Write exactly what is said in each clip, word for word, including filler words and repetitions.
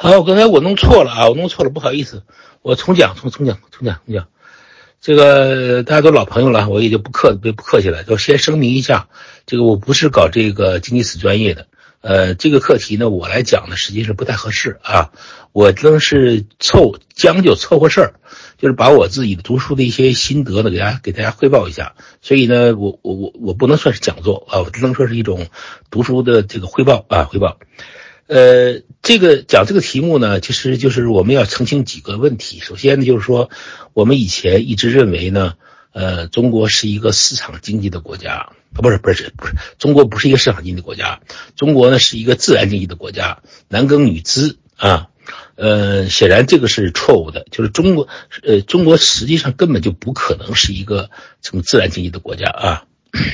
好，刚才我弄错了啊，我弄错了，不好意思，我重讲，重重讲，重讲，重讲。这个大家都老朋友了，我也就不客不不客气了，就先声明一下，这个我不是搞这个经济史专业的，呃，这个课题呢，我来讲呢，实际上不太合适啊，我正是凑将就凑合事儿，就是把我自己的读书的一些心得呢，给大家给大家汇报一下，所以呢，我我我我不能算是讲座啊，我只能说是一种读书的这个汇报啊，汇报。呃，这个讲这个题目呢，其实就是我们要澄清几个问题。首先呢，就是说我们以前一直认为呢，呃，中国是一个市场经济的国家，啊，不是不是不是，中国不是一个市场经济国家，中国呢是一个自然经济的国家，男耕女织啊。呃，显然这个是错误的，就是中国，呃，中国实际上根本就不可能是一个什么自然经济的国家啊。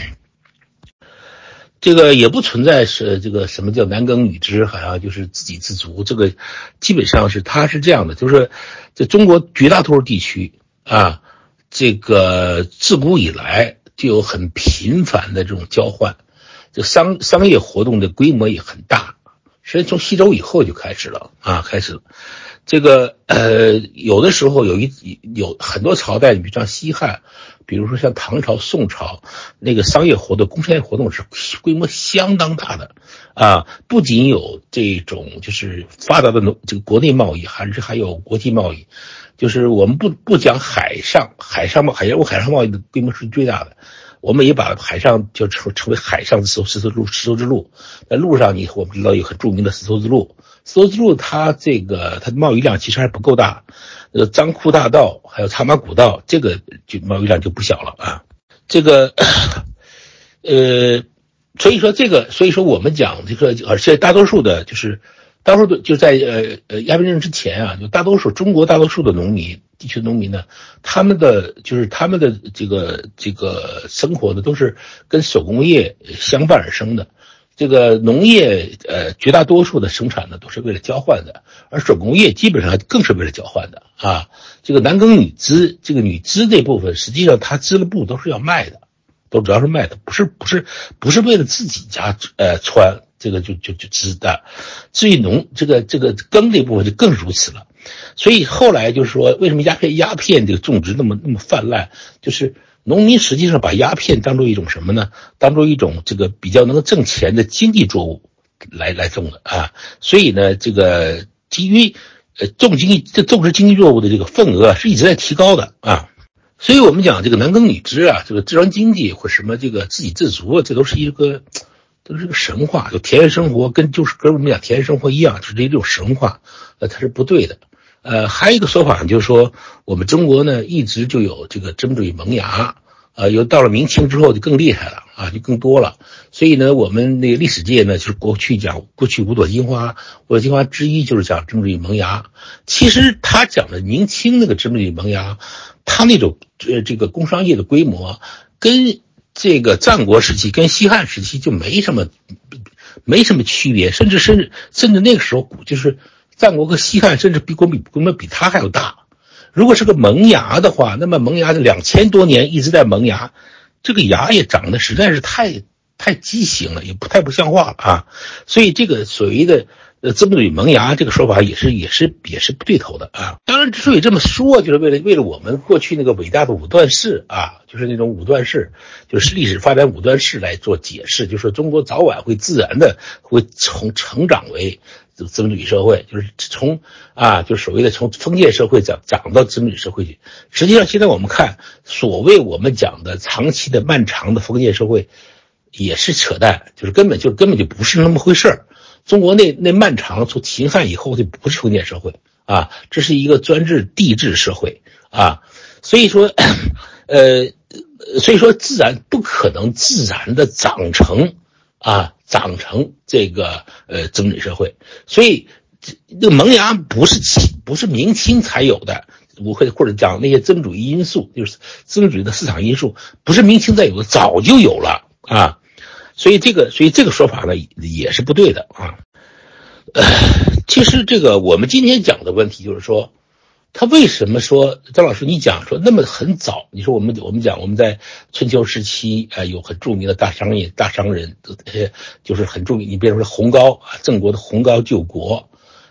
这个也不存在是这个什么叫男耕女织，好像就是自给自足，这个基本上是它是这样的，就是这中国绝大多数地区啊，这个自古以来就有很频繁的这种交换，这商商业活动的规模也很大，实际从西周以后就开始了啊，开始了。这个呃，有的时候有一有很多朝代，你比如像西汉，比如说像唐朝、宋朝，那个商业活动、工商业活动是规模相当大的啊，不仅有这种就是发达的农这个国内贸易，还是还有国际贸易。就是我们不不讲海上海上贸海洋海上贸易的规模是最大的，我们也把海上就称称为海上丝绸丝绸路丝绸之路。在路上你我们知道有很著名的丝绸之路。丝绸之路它这个它的贸易量其实还不够大，呃，张库大道还有茶马古道，这个就贸易量就不小了啊。这个，呃，所以说这个，所以说我们讲这个，而且大多数的就是大多数的就在呃呃鸦片战争之前啊，就大多数中国大多数的农民地区的农民呢，他们的就是他们的这个这个生活呢，都是跟手工业相伴而生的。这个农业，呃，绝大多数的生产呢都是为了交换的，而手工业基本上更是为了交换的啊。这个男耕女织，这个女织这部分，实际上她织了布都是要卖的，都主要是卖的，不是不是不是为了自己家呃穿，这个就就就织的。至于农这个这个耕这部分就更如此了。所以后来就是说，为什么鸦片鸦片这个种植那么那么泛滥，就是农民实际上把鸦片当作一种什么呢？当作一种这个比较能够挣钱的经济作物来来种的啊。所以呢，这个基于呃种经济这种植经济作物的这个份额是一直在提高的啊。所以我们讲这个男耕女织啊，这个自然经济或什么这个自给自足啊，这都是一个都是个神话。就田园生活跟就是跟我们讲田园生活一样，就是这种神话，呃，它是不对的。呃，还有一个说法就是说，我们中国呢一直就有这个资本主义萌芽，呃，有到了明清之后就更厉害了啊，就更多了。所以呢，我们那个历史界呢，就是过去讲过去五朵金花，五朵金花之一就是讲资本主义萌芽。其实他讲的明清那个资本主义萌芽，他那种呃这个工商业的规模，跟这个战国时期跟西汉时期就没什么没什么区别，甚至甚至甚至那个时候就是。战国和西汉甚至比规模比规模比它还要大。如果是个萌芽的话，那么萌芽的两千多年一直在萌芽，这个芽也长得实在是太太畸形了，也不太不像话了啊。所以这个所谓的呃资本主义萌芽这个说法也是也是也是不对头的啊。当然之所以这么说，就是为了为了我们过去那个伟大的五段式啊，就是那种五段式，就是历史发展五段式来做解释，就是说中国早晚会自然的会从成长为资本主义社会，就是从啊，就所谓的从封建社会长长到资本主义社会去。实际上，现在我们看，所谓我们讲的长期的漫长的封建社会，也是扯淡，就是根本就根本就不是那么回事儿。中国那那漫长从秦汉以后就不是封建社会啊，这是一个专制帝制社会啊。所以说，呃，所以说自然不可能自然的长成啊。长成这个呃资本主义社会，所以这个萌芽不是不是明清才有的，我会或者讲那些资本主义因素，就是资本主义的市场因素，不是明清才有的，早就有了啊。所以这个所以这个说法呢也是不对的啊。呃，其实这个我们今天讲的问题就是说，他为什么说张老师你讲说那么很早？你说我们我们讲我们在春秋时期啊、呃，有很著名的大商业大商人，呃，就是很著名。你比如说洪高啊，郑国的洪高救国，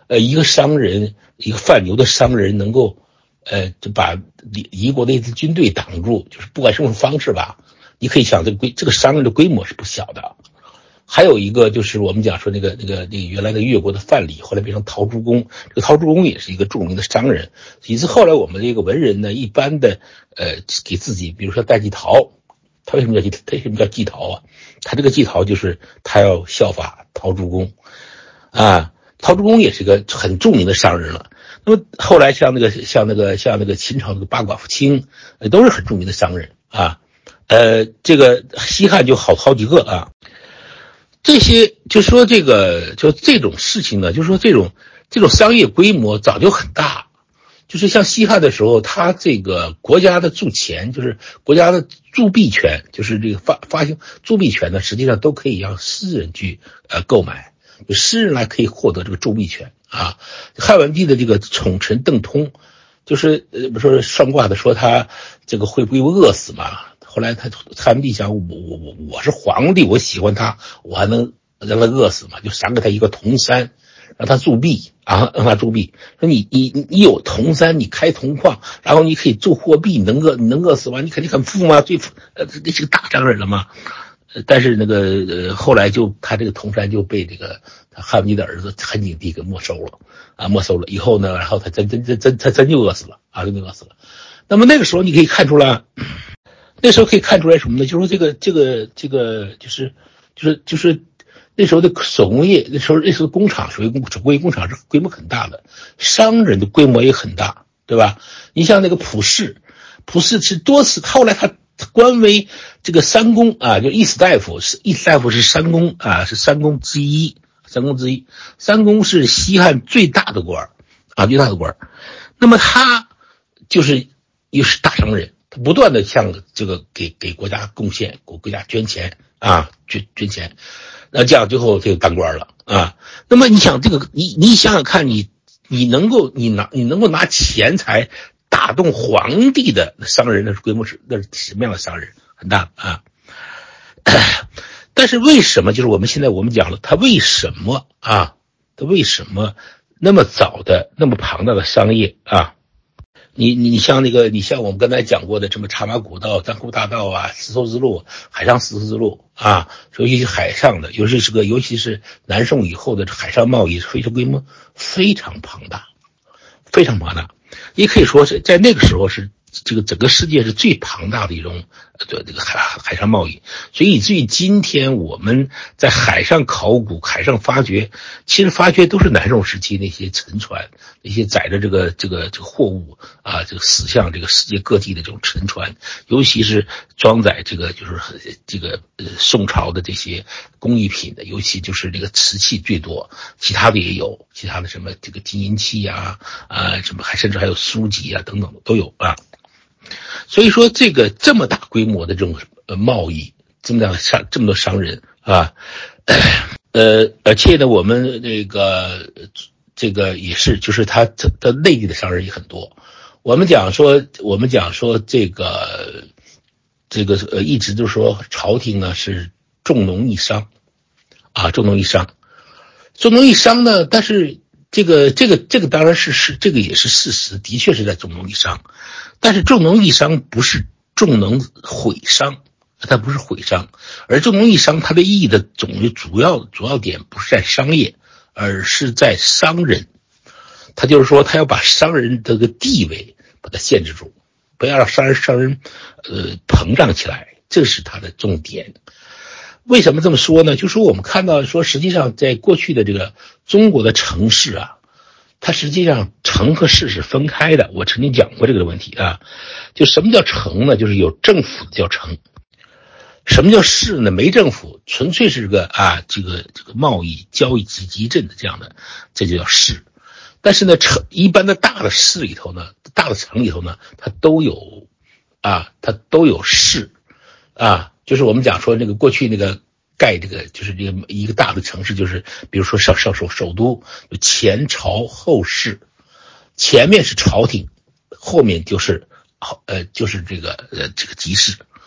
呃，一个商人，一个贩牛的商人能够，呃，就把敌国的一支军队挡住，就是不管什么方式吧，你可以想这个规这个商人的规模是不小的。还有一个就是我们讲说那个那个那个原来的越国的范蠡，后来变成陶朱公，这个陶朱公也是一个著名的商人。以至后来我们这个文人呢，一般的呃给自己，比如说戴季陶，他为什么叫季他为什么叫季陶啊？他这个季陶就是他要效法陶朱公啊。陶朱公也是个很著名的商人了。那么后来像那个像那个像那个秦朝那个八寡妇卿，呃，都是很著名的商人啊。呃，这个西汉就好好几个啊。这些就说这个就这种事情呢，就说这种这种商业规模早就很大。就是像西汉的时候，他这个国家的铸钱，就是国家的铸币权，就是这个发发行铸币权呢，实际上都可以让私人去呃购买，就私人来可以获得这个铸币权啊。汉文帝的这个宠臣邓通，就是呃不说算卦的说他这个会不会饿死嘛？后来他汉文帝想，我我我我是皇帝，我喜欢他，我还能让他饿死吗？就赏给他一个铜山。让他铸币啊，让他铸币。说你你你有铜山，你开铜矿，然后你可以铸货币，你能饿你能饿死吗？你肯定很富吗？最富呃，这是个大商人了吗？呃，但是那个呃，后来就他这个铜山就被这个汉文帝的儿子汉景帝给没收了啊，没收了以后呢，然后他真真真真他真就饿死了啊，真就饿死了。那么那个时候你可以看出来，那时候可以看出来什么呢？就是说这个这个这个就是就是就是。那时候的手工业，那时候那时候工厂属于工手工业工厂是规模很大的，商人的规模也很大，对吧？你像那个普氏，普氏是多次，后来他官为这个三公啊，就御史大夫，是御史大夫是三公啊，是三公之一，三公之一，三公是西汉最大的官啊，最大的官。那么他就是又是大商人，他不断的向这个给给国家贡献，给国家捐钱啊，捐捐钱。那这样最后就当官了啊。那么你想这个，你你想想看，你你能够你拿你能够拿钱财打动皇帝的商人，那是规模是那是什么样的商人？很大啊。但是为什么就是我们现在我们讲了，他为什么啊？他为什么那么早的那么庞大的商业啊？你你你像那个，你像我们刚才讲过的什么茶马古道、张库大道啊、丝绸之路、海上丝绸之路啊，尤其是海上的，尤其是个尤其是南宋以后的海上贸易，非常规模非常庞大，非常庞大，也可以说是在那个时候是这个整个世界是最庞大的一种对这个海海上贸易，所以以至于今天我们在海上考古、海上发掘，其实发掘都是南宋时期那些沉船，那些载着这个这个这个货物啊，这个驶向这个世界各地的这种沉船，尤其是装载这个就是这个呃宋朝的这些工艺品的，尤其就是这个瓷器最多，其他的也有，其他的什么这个金银器啊啊什么还甚至还有书籍啊等等都有啊。所以说这个这么大规模的这种呃贸易，这么大商这么多商人啊，呃而且呢我们这个这个也是就是他他内地的商人也很多。我们讲说我们讲说这个这个呃一直都说朝廷呢是重农抑商啊，重农抑商，重农抑商呢，但是这个这个这个当然是是这个也是事实，的确是在重农抑商。但是重农抑商不是重农毁商，它不是毁商，而重农抑商它的意义的总主要主要点不是在商业，而是在商人。他就是说他要把商人这个地位把它限制住，不要让商人商人呃膨胀起来，这是他的重点。为什么这么说呢？就是说我们看到说实际上在过去的这个中国的城市啊，它实际上城和市是分开的，我曾经讲过这个问题啊。就什么叫城呢？就是有政府叫城。什么叫市呢？没政府，纯粹是个啊这个这个贸易交易集集镇的这样的，这就叫市。但是呢，城一般的大的市里头呢，大的城里头呢，它都有啊，它都有市啊，就是我们讲说那个过去那个。盖这个就是这个一个大的城市，就是比如说上上首首都，前朝后市，前面是朝廷，后面就是呃就是这个呃这个集市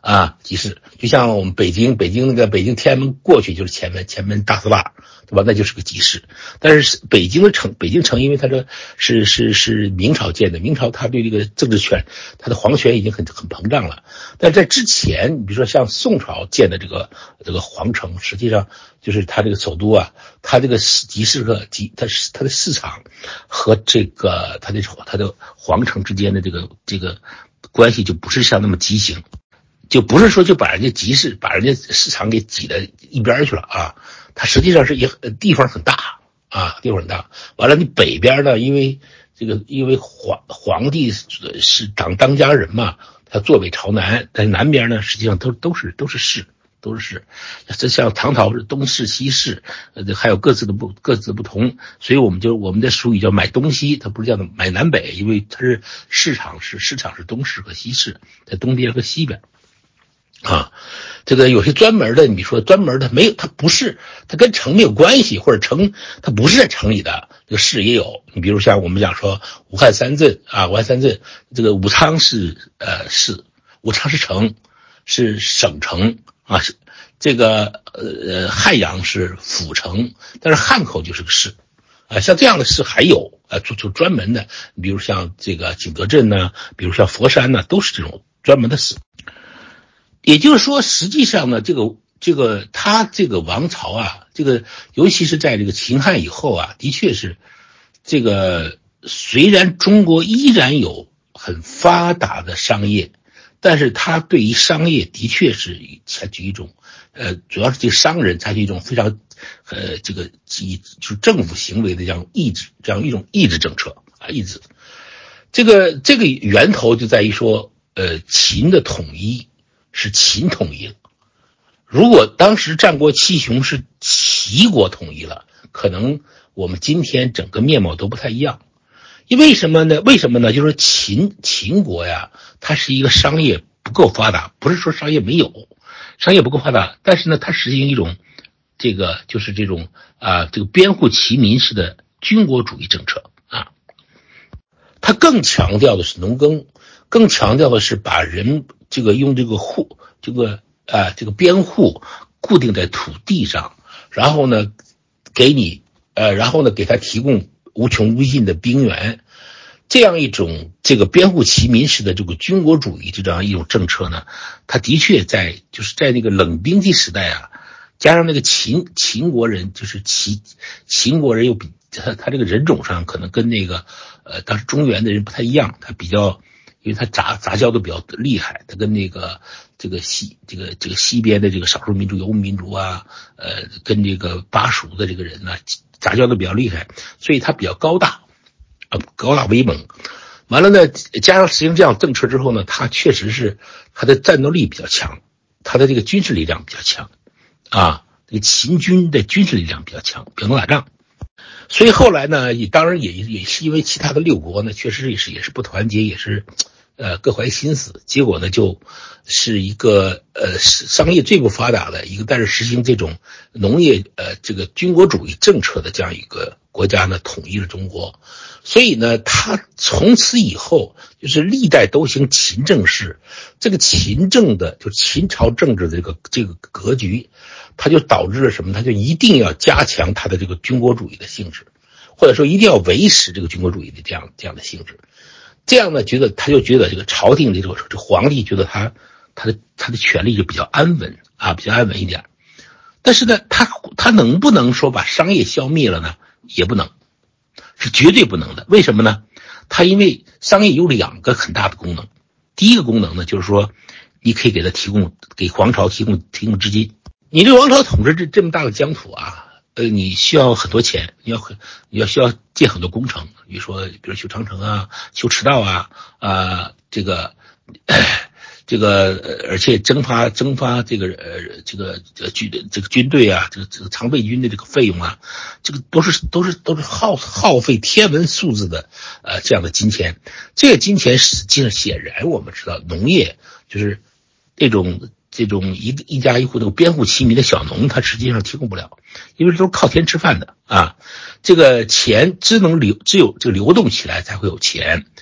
啊，集市，就像我们北京，北京那个北京天安门过去就是前门，前门大栅栏，对吧？那就是个集市。但是北京的城，北京城因为它这是是是明朝建的，明朝它对这个政治权，它的皇权已经很很膨胀了。但在之前，你比如说像宋朝建的这个这个皇城，实际上就是它这个首都啊，它这个集市和集，它是它的市场和这个它的它的皇城之间的这个这个关系就不是像那么畸形。就不是说就把人家集市把人家市场给挤到一边去了啊，它实际上是一地方很大啊，地方很大。完了，你北边呢，因为这个因为皇皇帝是当当家人嘛，他坐北朝南，但是南边呢，实际上都都是都是市，都是市。这像唐朝是东市西市，呃，还有各自的不各自的不同，所以我们就我们的俗语叫买东西，它不是叫做买南北，因为它是市场是市场是东市和西市，在东边和西边。啊，这个有些专门的，你说专门的没有，它不是，它跟城没有关系，或者城它不是在城里的，这个市也有。你比如像我们讲说武汉三镇啊，武汉三镇，这个武昌是呃市，武昌是城，是省城啊，是这个呃汉阳是府城，但是汉口就是个市啊，像这样的市还有啊，就就专门的，比如像这个景德镇呢，比如像佛山呢，都是这种专门的市。也就是说，实际上呢，这个这个他这个王朝啊，这个尤其是在这个秦汉以后啊，的确是这个虽然中国依然有很发达的商业，但是他对于商业的确是采取一种呃，主要是这个商人采取一种非常呃这个以就是政府行为的这样抑制，这样一种抑制政策啊，抑制。这个这个源头就在于说，呃，秦的统一。是秦统一了，如果当时战国七雄是齐国统一了，可能我们今天整个面貌都不太一样。因为什么呢？为什么呢？就是说秦秦国呀，它是一个商业不够发达，不是说商业没有，商业不够发达，但是呢，它实行一种这个就是这种啊这个编户齐民式的军国主义政策啊，它更强调的是农耕，更强调的是把人。这个用这个户，这个啊，这个编户固定在土地上，然后呢，给你呃，然后呢，给他提供无穷无尽的兵源，这样一种这个编户齐民式的这个军国主义这样一种政策呢，它的确在就是在那个冷兵器时代啊，加上那个秦秦国人就是齐秦国人又比他他这个人种上可能跟那个呃当时中原的人不太一样，他比较。因为他杂杂交的比较厉害，他跟那个这个西这个这个西边的这个少数民族游牧民族啊，呃，跟这个巴蜀的这个人呢、啊，杂交的比较厉害，所以他比较高大，啊，高大威猛。完了呢，加上实行这样政策之后呢，他确实是他的战斗力比较强，他的这个军事力量比较强，啊，这个秦军的军事力量比较强，比较能打仗。所以后来呢，也当然也也是因为其他的六国呢，确实也是也是不团结，也是，呃，各怀心思。结果呢，就是一个呃商业最不发达的一个，但是实行这种农业呃这个军国主义政策的这样一个国家呢，统一了中国。所以呢，他从此以后就是历代都行秦政式，这个秦政的就秦朝政治的这个这个格局。它就导致了什么？它就一定要加强它的这个军国主义的性质，或者说一定要维持这个军国主义的这样这样的性质。这样呢，觉得他就觉得这个朝廷的这个这个皇帝觉得他他的他的权力就比较安稳啊，比较安稳一点。但是呢，他他能不能说把商业消灭了呢？也不能，是绝对不能的。为什么呢？他因为商业有两个很大的功能。第一个功能呢，就是说你可以给他提供给皇朝提供提供资金。你这王朝统治这这么大的疆土啊，呃，你需要很多钱，你要很你要需要建很多工程，比如说比如修长城啊，修驰道啊，啊、呃，这个这个而且征发征发这个呃这个呃军这个军队啊，这个这个常备军的这个费用啊，这个都是都是都是耗耗费天文数字的呃这样的金钱。这个金钱实际上显然我们知道，农业就是这种。这种一一家一户那个编户齐民的小农，他实际上提供不了，因为都是靠天吃饭的啊。这个钱只能流，只有这个流动起来才会有钱。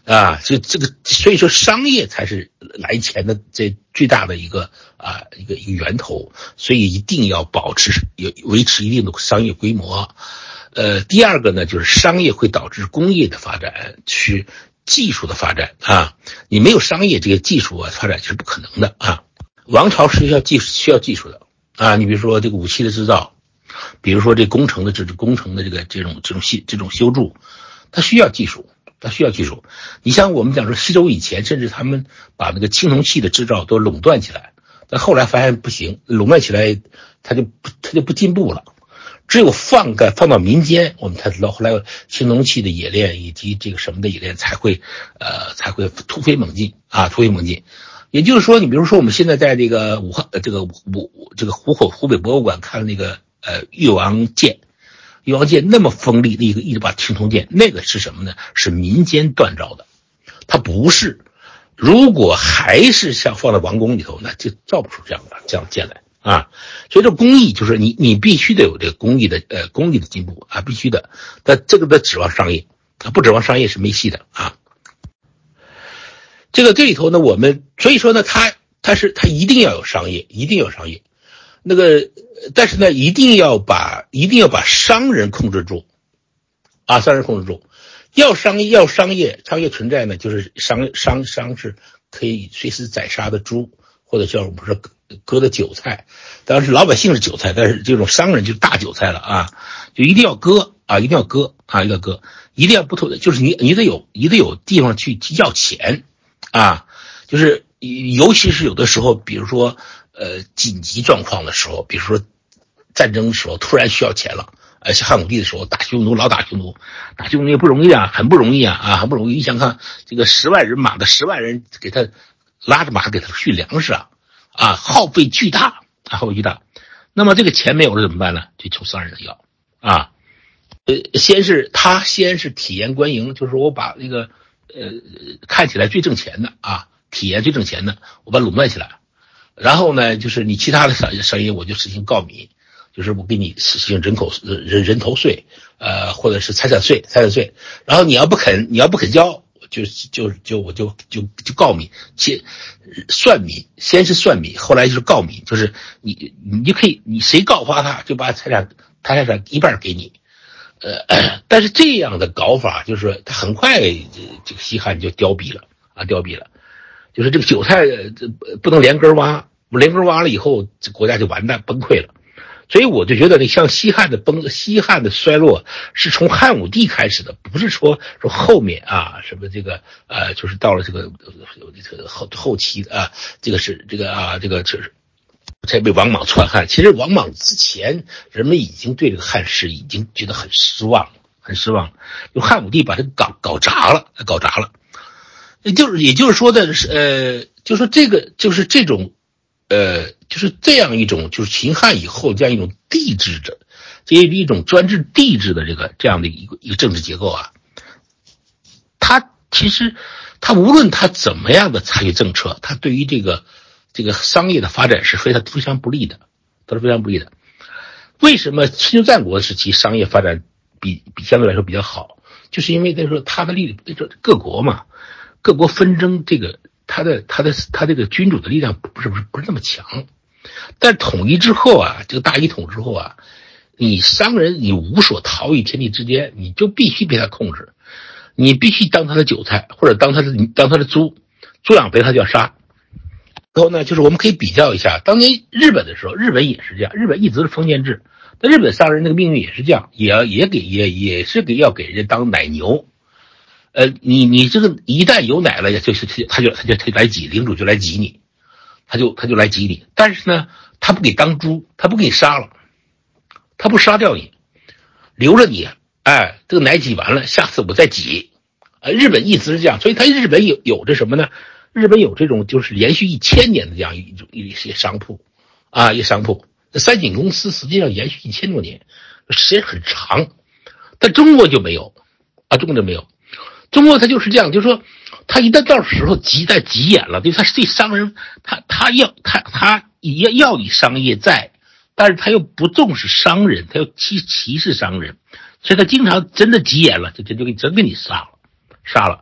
啊，这这个所以说商业才是来钱的这最大的一个啊一个一个源头，所以一定要保持有维持一定的商业规模。呃，第二个呢，就是商业会导致工业的发展，是技术的发展啊。你没有商业，这个技术啊发展是不可能的啊。王朝是需要技术需要技术的啊。你比如说这个武器的制造，比如说这工程的这工程的这个这种这种修这种修筑，它需要技术。它需要技术，你像我们讲说西周以前，甚至他们把那个青铜器的制造都垄断起来，但后来发现不行，垄断起来，它就不它就不进步了。只有放干放到民间，我们才知道后来青铜器的冶炼以及这个什么的冶炼才会呃才会突飞猛进啊，突飞猛进。也就是说，你比如说我们现在在这个武汉这个武这个湖口湖北博物馆看那个呃越王剑。越王剑那么锋利的一个一把青铜剑，那个是什么呢？是民间锻造的，它不是。如果还是像放在王宫里头，那就造不出这样的这样的剑来啊。所以这工艺就是你你必须得有这个工艺的呃工艺的进步啊，必须的。但这个得指望商业，不指望商业是没戏的啊。这个这里头呢，我们所以说呢，它它是它一定要有商业，一定要有商业。那个，但是呢，一定要把一定要把商人控制住，啊，商人控制住。要商业，要商业，商业存在呢，就是商商商是可以随时宰杀的猪，或者叫我们说割的韭菜。当然是老百姓是韭菜，但是这种商人就是大韭菜了啊，就一定要割啊，一定要割啊，一定要割，一定要不同的，就是你你得有你得有地方去要钱啊，就是尤其是有的时候，比如说。呃，紧急状况的时候，比如说战争的时候，突然需要钱了。呃，像汉武帝的时候，打匈奴，老打匈奴，打匈奴也不容易啊，很不容易啊，啊，很不容易。你想看这个十万人马的十万人给他拉着马给他运粮食啊，啊，耗费巨大，啊，耗费巨大。那么这个钱没有了怎么办呢？就求商人要啊。呃，先是他先是体验官营，就是说我把那个呃看起来最挣钱的啊，体验最挣钱的，我把它垄断起来。然后呢，就是你其他的商商业，我就实行告民，就是我给你实行人口人人头税，呃，或者是财产税，财产税。然后你要不肯，你要不肯交，就就就我就就就告民，先算民，先是算民，后来就是告民，就是你你就可以，你谁告发他，就把财产财产一半给你。呃，但是这样的搞法，就是说他很快这个西汉就凋敝了啊，凋敝了。就是这个韭菜这不能连根挖，连根挖了以后，这国家就完蛋崩溃了。所以我就觉得，你像西汉的崩，西汉的衰落是从汉武帝开始的，不是说说后面啊什么这个呃，就是到了这个这个后后期啊，这个是这个啊这个就是才被王莽篡汉。其实王莽之前，人们已经对这个汉室已经觉得很失望，很失望。就汉武帝把这个搞搞砸了，搞砸了。也就是也就是说的是呃，就是说这个就是这种呃，就是这样一种就是秦汉以后这样一种帝制的，这一种专制帝制的这个这样的一个一个政治结构啊，它其实它无论它怎么样的采取政策，它对于这个这个商业的发展是非常非常不利的，都是非常不利的。为什么春秋战国时期商业发展比比相对来说比较好？就是因为那时候它的力量，那时候各国嘛。各国纷争，这个他的他的他这个君主的力量不是不是不是那么强，但统一之后啊，这个大一统之后啊，你商人你无所逃于天地之间，你就必须被他控制，你必须当他的韭菜或者当他的当他的猪，猪养肥他就要杀。然后呢，就是我们可以比较一下，当年日本的时候，日本也是这样，日本一直是封建制，但日本商人那个命运也是这样，也要也给也也是给要给人当奶牛。呃，你你这个一旦有奶了，就是他就他就他就来挤，领主就来挤你，他就他就来挤你。但是呢，他不给当猪，他不给你杀了，他不杀掉你，留着你。哎，这个奶挤完了，下次我再挤。呃，日本一直是这样，所以他日本有有着什么呢？日本有这种就是连续一千年的这样一种一些商铺啊，一些商铺。三井公司实际上延续一千多年，时间很长，但中国就没有啊，中国就没有。中国他就是这样，就是说他一旦到时候急在急眼了，就是他对商人，他他要他他也要以商业在，但是他又不重视商人，他又歧歧视商人，所以他经常真的急眼了，就就就给真给你杀了，杀了。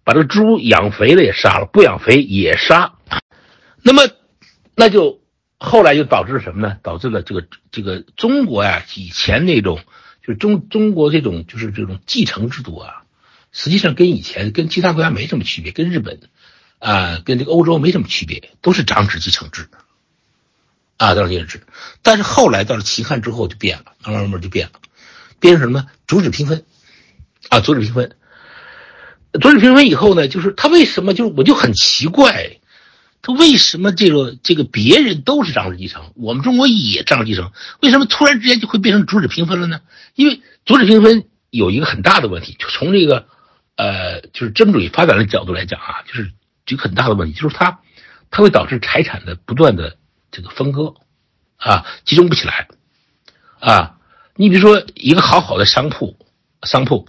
把这个猪养肥了也杀了，不养肥也杀。那么那就后来就导致了什么呢？导致了这个这个中国呀，以前那种就是中中国这种就是这种继承制度啊，实际上跟以前跟其他国家没什么区别，跟日本啊，跟这个欧洲没什么区别，都是长子继承制啊，长子继承制。但是后来到了秦汉之后就变了，慢慢慢慢就变了，变成什么呢？族子平分啊，族子平分。族子平分以后呢，就是他为什么就是我就很奇怪。他为什么这个这个别人都是长子继承，我们中国也长子继承，为什么突然之间就会变成族子平分了呢？因为族子平分有一个很大的问题，就从这个呃就是资本主义发展的角度来讲啊，就是这个很大的问题，就是它它会导致财产的不断的这个分割啊，集中不起来啊。你比如说一个好好的商铺商铺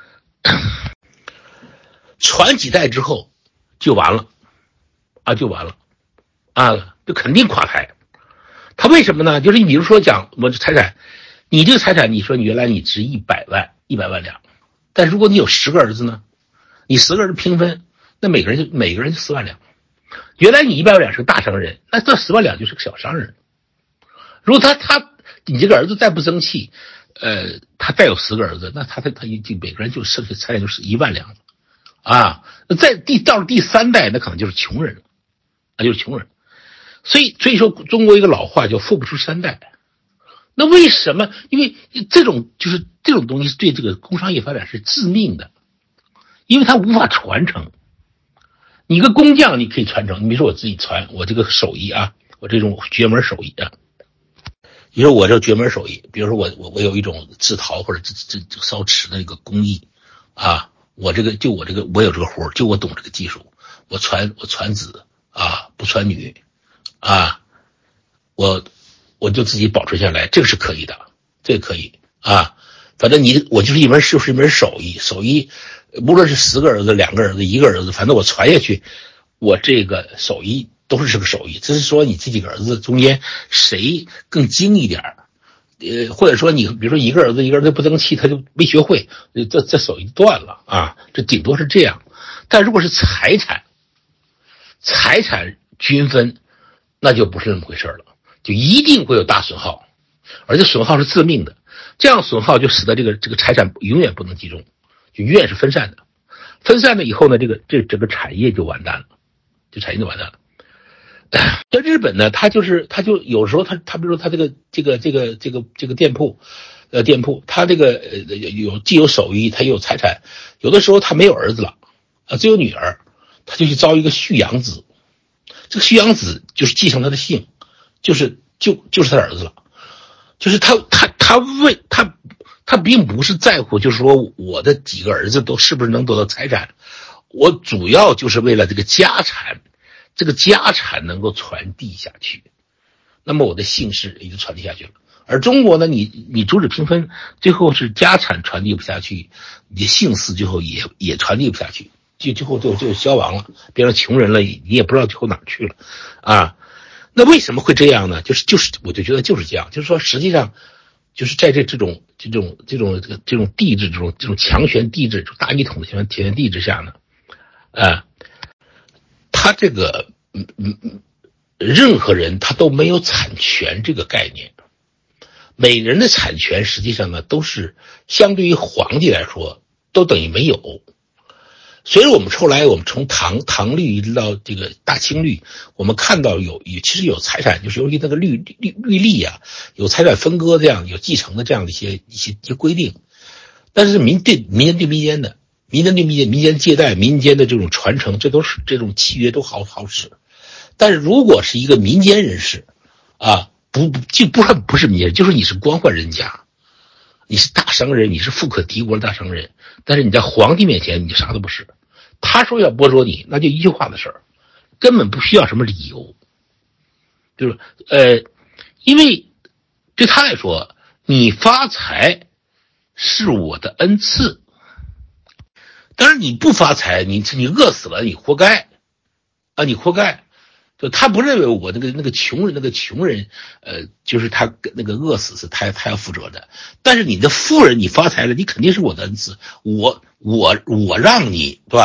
传几代之后就完了啊，就完了啊，就肯定垮台。他为什么呢？就是你比如说讲我这财产，你这个财产，你说你原来你值一百万，一百万两，但如果你有十个儿子呢，你十个儿子平分，那每个人就每个人就四万两。原来你一百万两是个大商人，那这十万两就是个小商人。如果他他你这个儿子再不争气，呃，他再有十个儿子，那他他他一每个人就剩下财产就是一万两了啊。在第到了第三代，那可能就是穷人了。啊，就是穷人，所以所以说中国一个老话叫富不出三代。那为什么？因为这种就是这种东西对这个工商业发展是致命的，因为它无法传承。你个工匠你可以传承，你比如说我自己传我这个手艺啊，我这种绝门手艺啊，比如说我这绝门手艺，比如说我我我有一种制陶或者制制这烧瓷的一个工艺啊，我这个就我这个我有这个活，就我懂这个技术，我传我传子。啊，不传女，啊，我我就自己保存下来，这个是可以的，这个可以啊。反正你我就是一门就是一门手艺，手艺无论是十个儿子、两个儿子、一个儿子，反正我传下去，我这个手艺都是这个手艺。只是说你这几个儿子中间谁更精一点，呃，或者说你比如说一个儿子一个儿子不争气，他就没学会，这这手艺断了啊，这顶多是这样。但如果是财产。财产均分，那就不是那么回事了，就一定会有大损耗，而且损耗是致命的。这样损耗就使得这个这个财产永远不能集中，就永远是分散的。分散了以后呢，这个这整个产业就完蛋了，就产业就完蛋了。在日本呢，他就是他就有时候他他比如说他这个这个这个这个这个店铺，呃店铺他这个呃有既有手艺，他又有财产，有的时候他没有儿子了，啊只有女儿。他就去招一个续养子，这个续养子就是继承他的姓，就是就就是他儿子了，就是他他他为他他并不是在乎，就是说我的几个儿子都是不是能得到财产，我主要就是为了这个家产，这个家产能够传递下去，那么我的姓氏也就传递下去了。而中国呢，你你族子平分，最后是家产传递不下去，你的姓氏最后也也传递不下去。就最后就就消亡了，变成穷人了，你也不知道最后哪儿去了，啊，那为什么会这样呢？就是就是，我就觉得就是这样，就是说，实际上，就是在这这种这种这种这个这种帝制这种这种强权帝制、大一统的强权帝制下呢，啊，他这个嗯嗯，任何人他都没有产权这个概念，每人的产权实际上呢都是相对于皇帝来说都等于没有。随着我们后来我们从唐唐律一直到这个大清律，我们看到有有其实有财产，就是由于那个律律律例啊，有财产分割这样有继承的这样的一些一些一些规定，但是民对民间对民间的民间对民间民间借贷民间的这种传承，这都是这种契约都好好使。但是如果是一个民间人士啊，不就不是不是民间，就是你是官宦人家，你是大商人，你是富可敌国的大商人，但是你在皇帝面前你就啥都不是。他说要剥夺你，那就一句话的事儿，根本不需要什么理由，就是呃，因为对他来说，你发财是我的恩赐，当然你不发财，你你饿死了，你活该啊，你活该。就他不认为我那个那个穷人那个穷人，呃，就是他那个饿死是他他要负责的。但是你的富人，你发财了，你肯定是我的恩赐，我我我让你对吧？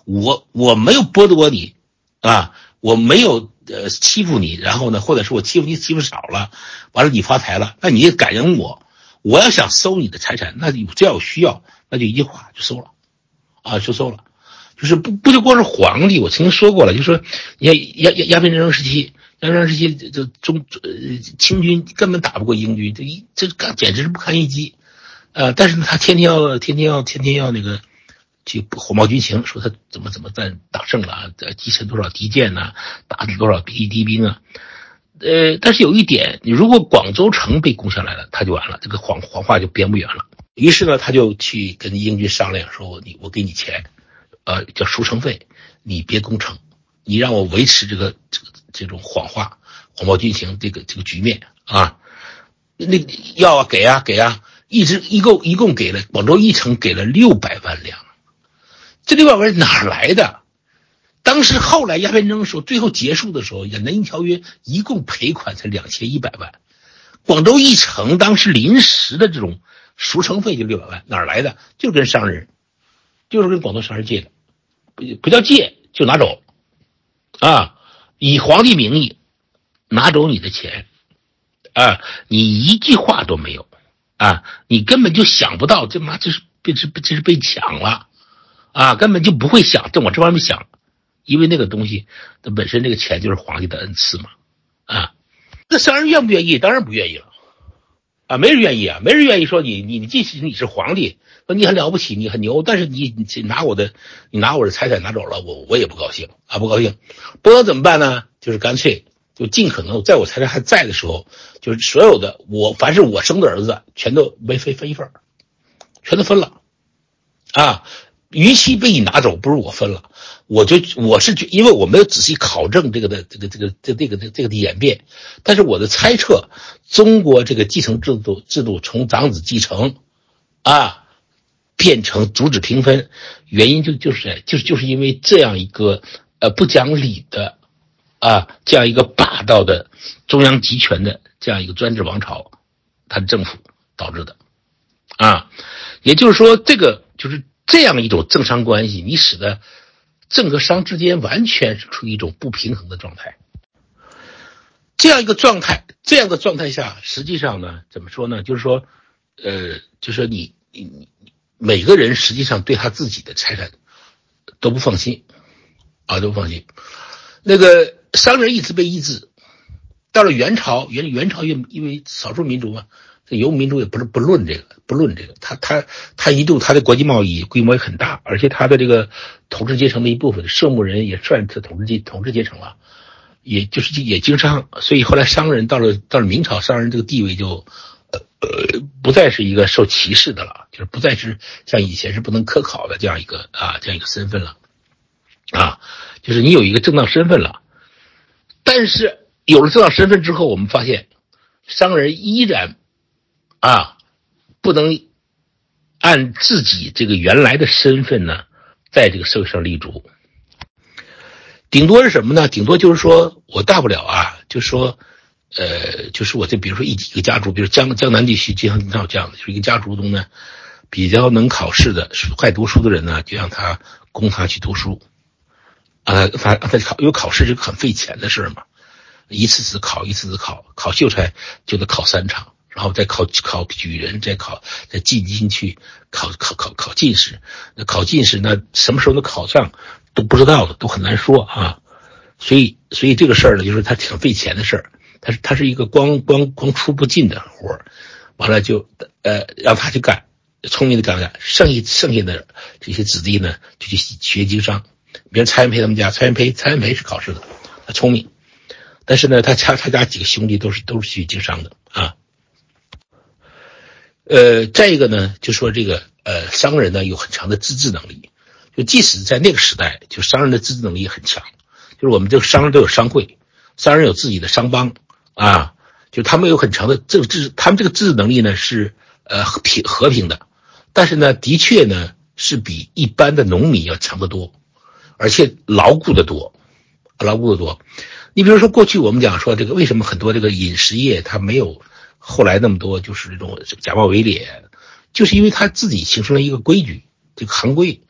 我我没有剥夺你啊，我没有呃欺负你，然后呢，或者是我欺负你欺负少了，完了你发财了，那你也感恩我。我要想收你的财产，那你只要有需要，那就一句话就收了，啊，就收了。就是不不就光是皇帝，我曾经说过了，就说你看鸦鸦鸦片战争时期，鸦片战争时期这中呃清军根本打不过英军，这一这简直是不堪一击，呃，但是呢，他天天要天天要天天要那个去火冒军情，说他怎么怎么战打胜了啊，击沉多少敌舰呐、啊，打死多少敌敌兵啊。呃，但是有一点，你如果广州城被攻下来了，他就完了，这个谎谎话就编不远了。于是呢，他就去跟英军商量，说你我给你钱，呃，叫赎城费，你别攻城，你让我维持这个这个这种谎话、谎报军情这个这个局面啊。那要啊，给啊，给啊，一直一共一共给了广州一城给了六百万两，这六百万哪来的？当时后来鸦片战争的时候，最后结束的时候，南京条约一共赔款才两千一百万，广州一城当时临时的这种赎城费就六百万，哪儿来的？就是跟商人，就是跟广东商人借的，不不叫借，就拿走，啊，以皇帝名义拿走你的钱，啊，你一句话都没有，啊，你根本就想不到，这妈这是这是这是被抢了，啊，根本就不会想，这往这方面想。因为那个东西它本身这个钱就是皇帝的恩赐嘛，啊，那商人愿不愿意？当然不愿意了，啊，没人愿意啊，没人愿意说你你你即使你是皇帝，说你很了不起，你很牛，但是你你拿我的你拿我的财产拿走了，我我也不高兴啊，不高兴，不知道怎么办呢？就是干脆就尽可能在我财产还在的时候，就是所有的我凡是我生的儿子全都没分分一份，全都分了，啊。与其被你拿走，不如我分了。我就我是觉，因为我没有仔细考证这个的这个这个这这个这个的演变，但是我的猜测，中国这个继承制度制度从长子继承啊变成主子平分，原因就就是就是就是因为这样一个呃不讲理的啊这样一个霸道的中央集权的这样一个专制王朝，它的政府导致的啊，也就是说这个就是。这样一种政商关系，你使得政和商之间完全是处于一种不平衡的状态。这样一个状态，这样的状态下，实际上呢，怎么说呢？就是说，呃，就是说你你你每个人实际上对他自己的财产都不放心啊，都不放心。那个商人一直被抑制，到了元朝，元元朝因因为少数民族嘛。这游牧民族也不是不论这个，不论这个，他他他一度他的国际贸易规模也很大，而且他的这个统治阶层的一部分涉牧人也算是统治阶统治阶层了，也就是也经商，所以后来商人到了到了明朝，商人这个地位就呃呃不再是一个受歧视的了，就是不再是像以前是不能科考的这样一个啊这样一个身份了，啊，就是你有一个正当身份了，但是有了正当身份之后，我们发现商人依然。啊，不能按自己这个原来的身份呢，在这个社会上立足。顶多是什么呢？顶多就是说我大不了啊，就说，呃，就是我这比如说一几个家族，比如江江南地区经常经常有这样的，就是一个家族中呢，比较能考试的、爱读书的人呢，就让他供他去读书。啊，他他考因为考试是个很费钱的事嘛，一次次考，一次次考，考秀才就得考三场。然后再考考举人，再考再进进去考考考考进士，那考进士那什么时候能考上都不知道的，都很难说啊。所以所以这个事儿呢，就是它挺费钱的事儿，它是它是一个光光光出不进的活儿，完了就呃让他去干，聪明的干干，剩下剩下的这些子弟呢就去学经商。比如蔡元培他们家，蔡元培蔡元培是考试的，他聪明，但是呢他家他家几个兄弟都是都是学经商的啊。呃，再一个呢，就说这个呃，商人呢有很强的自治能力，就即使在那个时代，就商人的自治能力也很强。就是我们这个商人都有商会，商人有自己的商帮啊，就他们有很强的这个自，他们这个自治能力呢是呃平和平的，但是呢，的确呢是比一般的农民要强得多，而且牢固得多，牢固得多。你比如说过去我们讲说这个为什么很多这个饮食业它没有。后来那么多就是这种假冒伪劣，就是因为他自己形成了一个规矩，这个行规，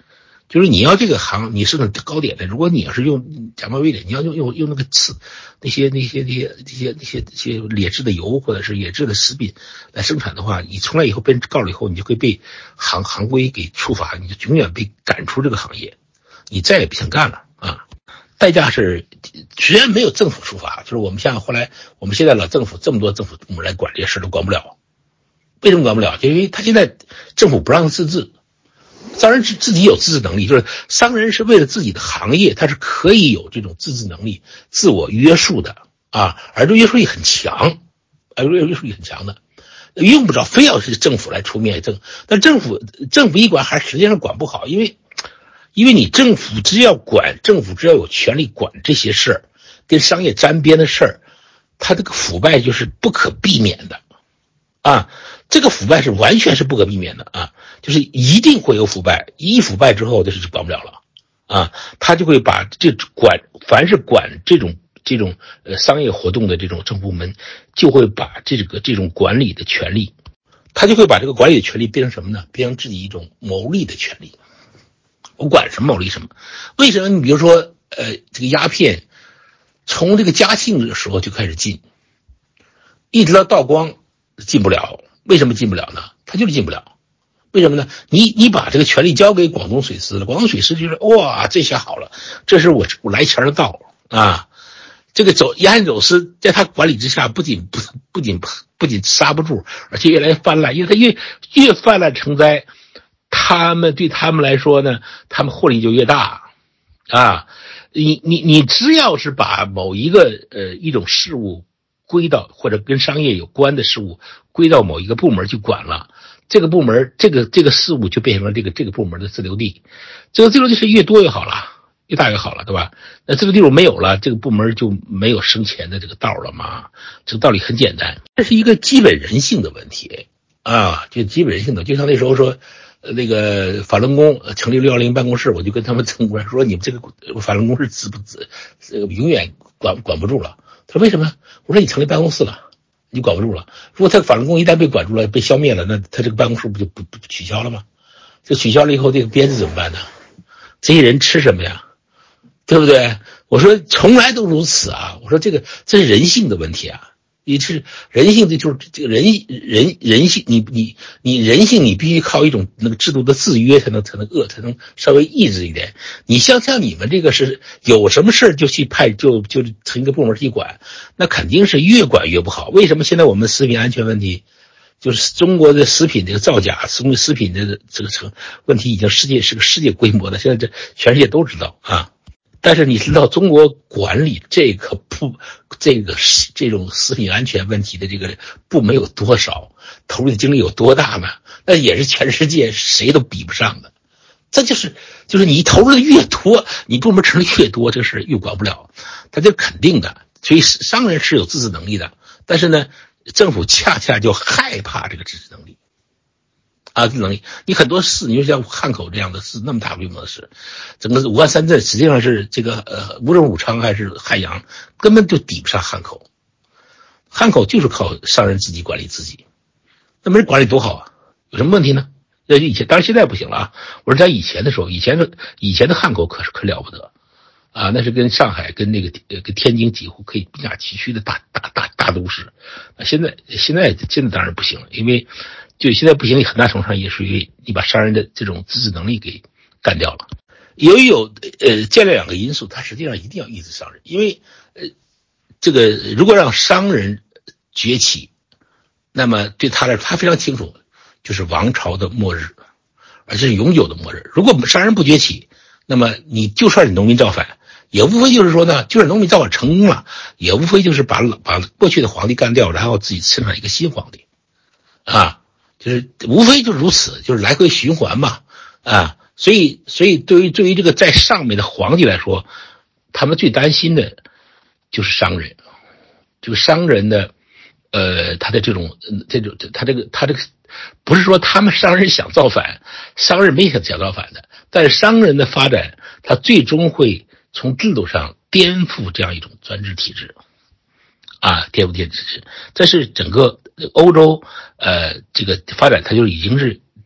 就是你要这个行，你是个糕点的，如果你要是用假冒伪劣，你要用用用那个刺那些那些那些那些那些那些劣质的油或者是劣质的食品来生产的话，你从来以后被人告了以后，你就会被行行规给处罚，你就永远被赶出这个行业，你再也不想干了啊！代价是，虽然没有政府处罚，就是我们像后来我们现在老政府这么多政府部门来管这些事都管不了，为什么管不了？就因为他现在政府不让自治。商人自己有自治能力，就是商人是为了自己的行业，他是可以有这种自治能力、自我约束的啊，而这约束力很强，而约束力很强的，用不着非要是政府来出面政，但政府政府一管还实际上管不好，因为因为你政府只要管，政府只要有权利管这些事儿，跟商业沾边的事儿，它这个腐败就是不可避免的啊。这个腐败是完全是不可避免的啊，就是一定会有腐败，一腐败之后就是管不了了啊，他就会把这管凡是管这种这种呃商业活动的这种政府部门，就会把这个这种管理的权利，他就会把这个管理的权利变成什么呢？变成自己一种牟利的权利。我管什么牟利什么？为什么？你比如说呃这个鸦片，从这个嘉庆的时候就开始禁，一直到道光禁不了。为什么进不了呢？他就是进不了，为什么呢？你你把这个权力交给广东水师了，广东水师就是哇，这下好了，这是我我来钱的道啊！这个走鸦片走私，在他管理之下，不仅不不仅不仅刹不住，而且越来越泛滥，因为他越越泛滥成灾，他们对他们来说呢，他们获利就越大啊！你你你只要是把某一个呃一种事物归到或者跟商业有关的事物归到某一个部门去管了，这个部门这个这个事物就变成了这个这个部门的自留地，这个自留地是越多越好了，越大越好了，对吧？那自留地如果没有了，这个部门就没有生钱的这个道了嘛。这个道理很简单，这是一个基本人性的问题啊，就基本人性的，就像那时候说。呃，那个法轮功成立六幺零办公室，我就跟他们政官说，你们这个法轮功是资不资，这个永远管管不住了。他说为什么？我说你成立办公室了，你管不住了。如果他法轮功一旦被管住了，被消灭了，那他这个办公室不就不不取消了吗？这取消了以后，这个编制怎么办呢？这些人吃什么呀？对不对？我说从来都如此啊！我说这个这是人性的问题啊。你是人性，这就是这个人人人性，你你你人性，你必须靠一种那个制度的制约才能才能遏，才能稍微抑制一点。你像像你们这个是有什么事就去派就就成一个部门去管，那肯定是越管越不好。为什么现在我们食品安全问题，就是中国的食品这个造假，中国食品的这个成问题已经世界是个世界规模的，现在这全世界都知道啊。但是你知道中国管理这个部这个这种食品安全问题的这个部门有多少，投入的精力有多大呢？那也是全世界谁都比不上的。这就是就是你投入的越多，你部门成立越多，这事越管不了，他就肯定的。所以商人是有自治能力的，但是呢，政府恰恰就害怕这个自治能力。啊，这能力，你很多市，你就像汉口这样的市，那么大规模的市，整个武汉三镇实际上是这个呃，无论武昌还是汉阳，根本就抵不上汉口。汉口就是靠商人自己管理自己，那没人管理多好啊，有什么问题呢？那以前当然现在不行了啊，我说在以前的时候，以前的以前的汉口可是可了不得啊，那是跟上海跟那个呃跟天津几乎可以并驾齐驱的大大大大都市。啊，现在现在现在当然不行了，因为。就现在不行，很大程度上也属于你把商人的这种自治能力给干掉了。由于有呃这两个因素，它实际上一定要抑制商人，因为呃这个如果让商人崛起，那么对他来说，他非常清楚，就是王朝的末日，而且是永久的末日。如果商人不崛起，那么你就算是农民造反，也无非就是说呢，就是农民造反成功了，也无非就是把把过去的皇帝干掉，然后自己生产一个新皇帝，啊。就是无非就是如此，就是来回循环嘛，啊，所以所以对于对于这个在上面的皇帝来说，他们最担心的就是商人，这个商人的，呃，他的这种这种他这个他这个不是说他们商人想造反，商人没想想造反的，但是商人的发展，他最终会从制度上颠覆这样一种专制体制。啊，颠覆体制，这是整个欧洲呃这个发展，它就已经是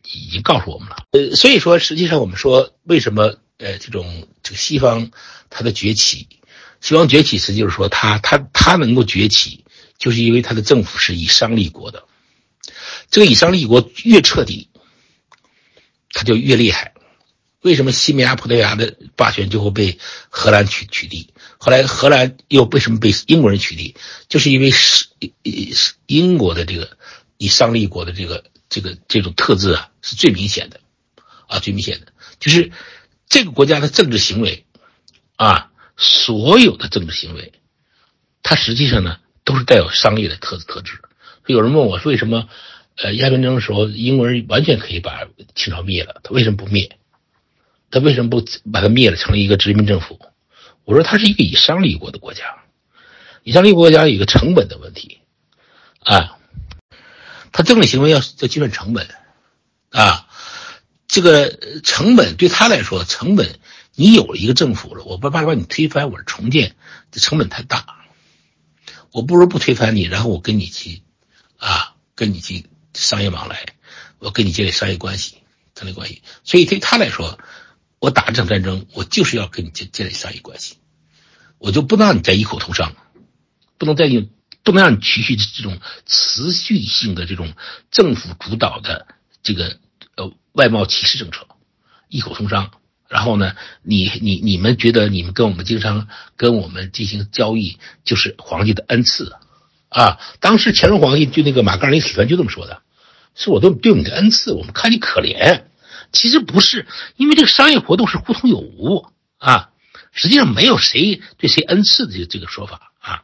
已经告诉我们了。呃，所以说实际上我们说为什么呃这种这个西方它的崛起，西方崛起实际就是说它它它能够崛起，就是因为它的政府是以商立国的。这个以商立国越彻底，它就越厉害。为什么西班牙、葡萄牙的霸权最后被荷兰取取缔？后来荷兰又为什么被英国人取缔？就是因为是英国的这个以商立国的这个这个这种特质啊，是最明显的啊，最明显的就是这个国家的政治行为啊，所有的政治行为，它实际上呢都是带有商业的特特质。有人问我说，为什么呃鸦片战争的时候英国人完全可以把清朝灭了，他为什么不灭？他为什么不把它灭了，成了一个殖民政府？我说它是一个以商立国的国家，以商立国国家有一个成本的问题啊，它政治行为要要计算成本啊，这个成本对他来说，成本你有了一个政府了，我不怕把你推翻，我是重建，这成本太大，我不如不推翻你，然后我跟你去啊，跟你去商业往来，我跟你建立商业关系，建立关系，所以对他来说。我打这场战争，我就是要跟你建建立商业关系，我就不能让你再异口同声，不能再用，不能让你取续这种持续性的这种政府主导的这个呃外贸歧视政策，异口同声。然后呢，你你你们觉得你们跟我们经商，跟我们进行交易，就是皇帝的恩赐啊！当时乾隆皇帝对那个马格尔尼使团就这么说的，是我对对你的恩赐，我们看你可怜。其实不是，因为这个商业活动是互通有无啊，实际上没有谁对谁恩赐的这个这个说法啊。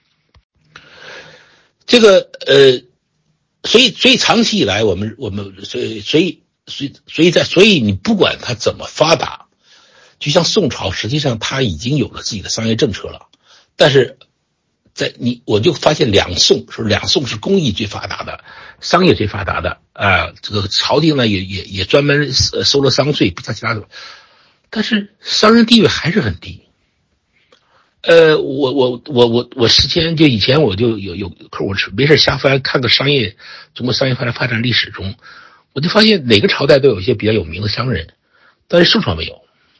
这个呃，所以所以长期以来，我们我们所以所以所以所以在所以你不管它怎么发达，就像宋朝，实际上它已经有了自己的商业政策了，但是在你我就发现两宋是两宋是工艺最发达的，商业最发达的啊，这个朝廷呢也也也专门收了商税，不像其他的，但是商人地位还是很低。呃，我我我我我之前就以前我就有有课，我没事瞎翻看个商业中国商业发展发展历史中，我就发现哪个朝代都有一些比较有名的商人，但是宋朝没有。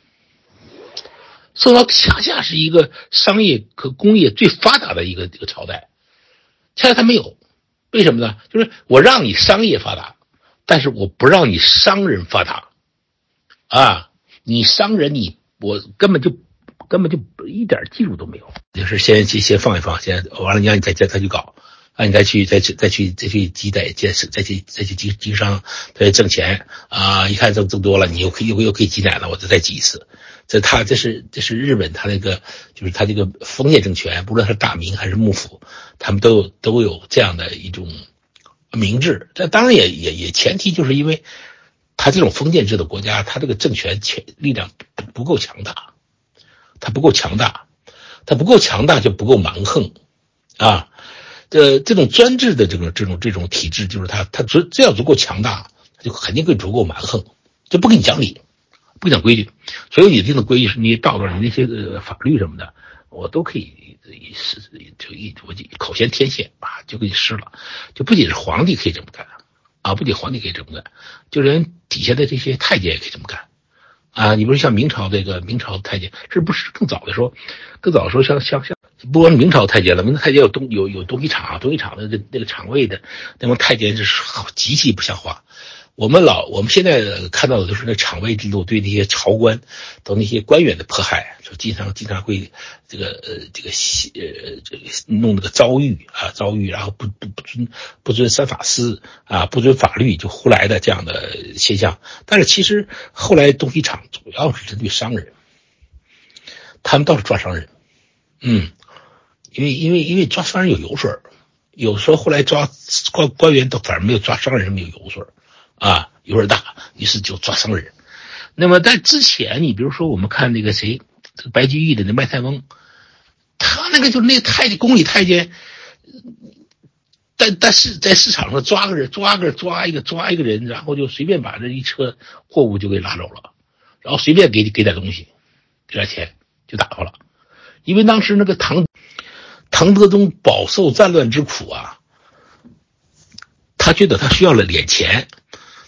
宋朝恰恰是一个商业和工业最发达的一个一个朝代，恰恰它没有，为什么呢？就是我让你商业发达，但是我不让你商人发达，啊，你商人你我根本就根本就一点技术都没有，就是先先先放一放，先完了你让你再再再去搞。啊，你再去再去再去再去积累建设，再去再去经经商，再挣钱啊！一看挣挣多了，你又可以又又可以积攒了，我再再积一次。这他这是这是日本他那个就是他这个封建政权，不论是大明还是幕府，他们都有都有这样的一种明智。这当然也也也前提就是因为他这种封建制的国家，他这个政权权力量不不够强大，他不够强大，他不够强大就不够蛮横啊。这这种专制的这种这种这种体制，就是它它只只要足够强大，它就肯定会足够蛮横，就不跟你讲理，不讲规矩。所以你定的规矩是那些道德、你那些呃法律什么的，我都可以是就一我口先天线啊，就给你施了。就不仅是皇帝可以这么干啊，不仅皇帝可以这么干，就连底下的这些太监也可以这么干啊。你比如像明朝这个明朝太监，是不是更早的时候，更早的时候像像像。不光是明朝太监了，明朝太监有东有有东西厂，东西厂的这那个厂位的那帮太监是极其不像话。我们老我们现在看到的都是那厂位制度对那些朝官等那些官员的迫害，说经常经常会这个呃这个呃这个弄那个遭遇啊遭遇，然后不不不遵不遵三法司啊不遵法律就胡来的这样的现象。但是其实后来东西厂主要是针对商人，他们倒是抓商人，嗯。因为因为因为抓商人有油水，有时候后来抓官官员都反而没有抓商人没有油水啊，油水大，于是就抓商人。那么在之前，你比如说我们看那个谁，这个白居易的那卖菜翁，他那个就是那个太监宫里太监，但但是在市场上抓个人抓个抓一个抓一个人，然后就随便把这一车货物就给拉走了，然后随便给给点东西，给点钱就打发了，因为当时那个唐。唐德宗饱受战乱之苦啊，他觉得他需要了点钱，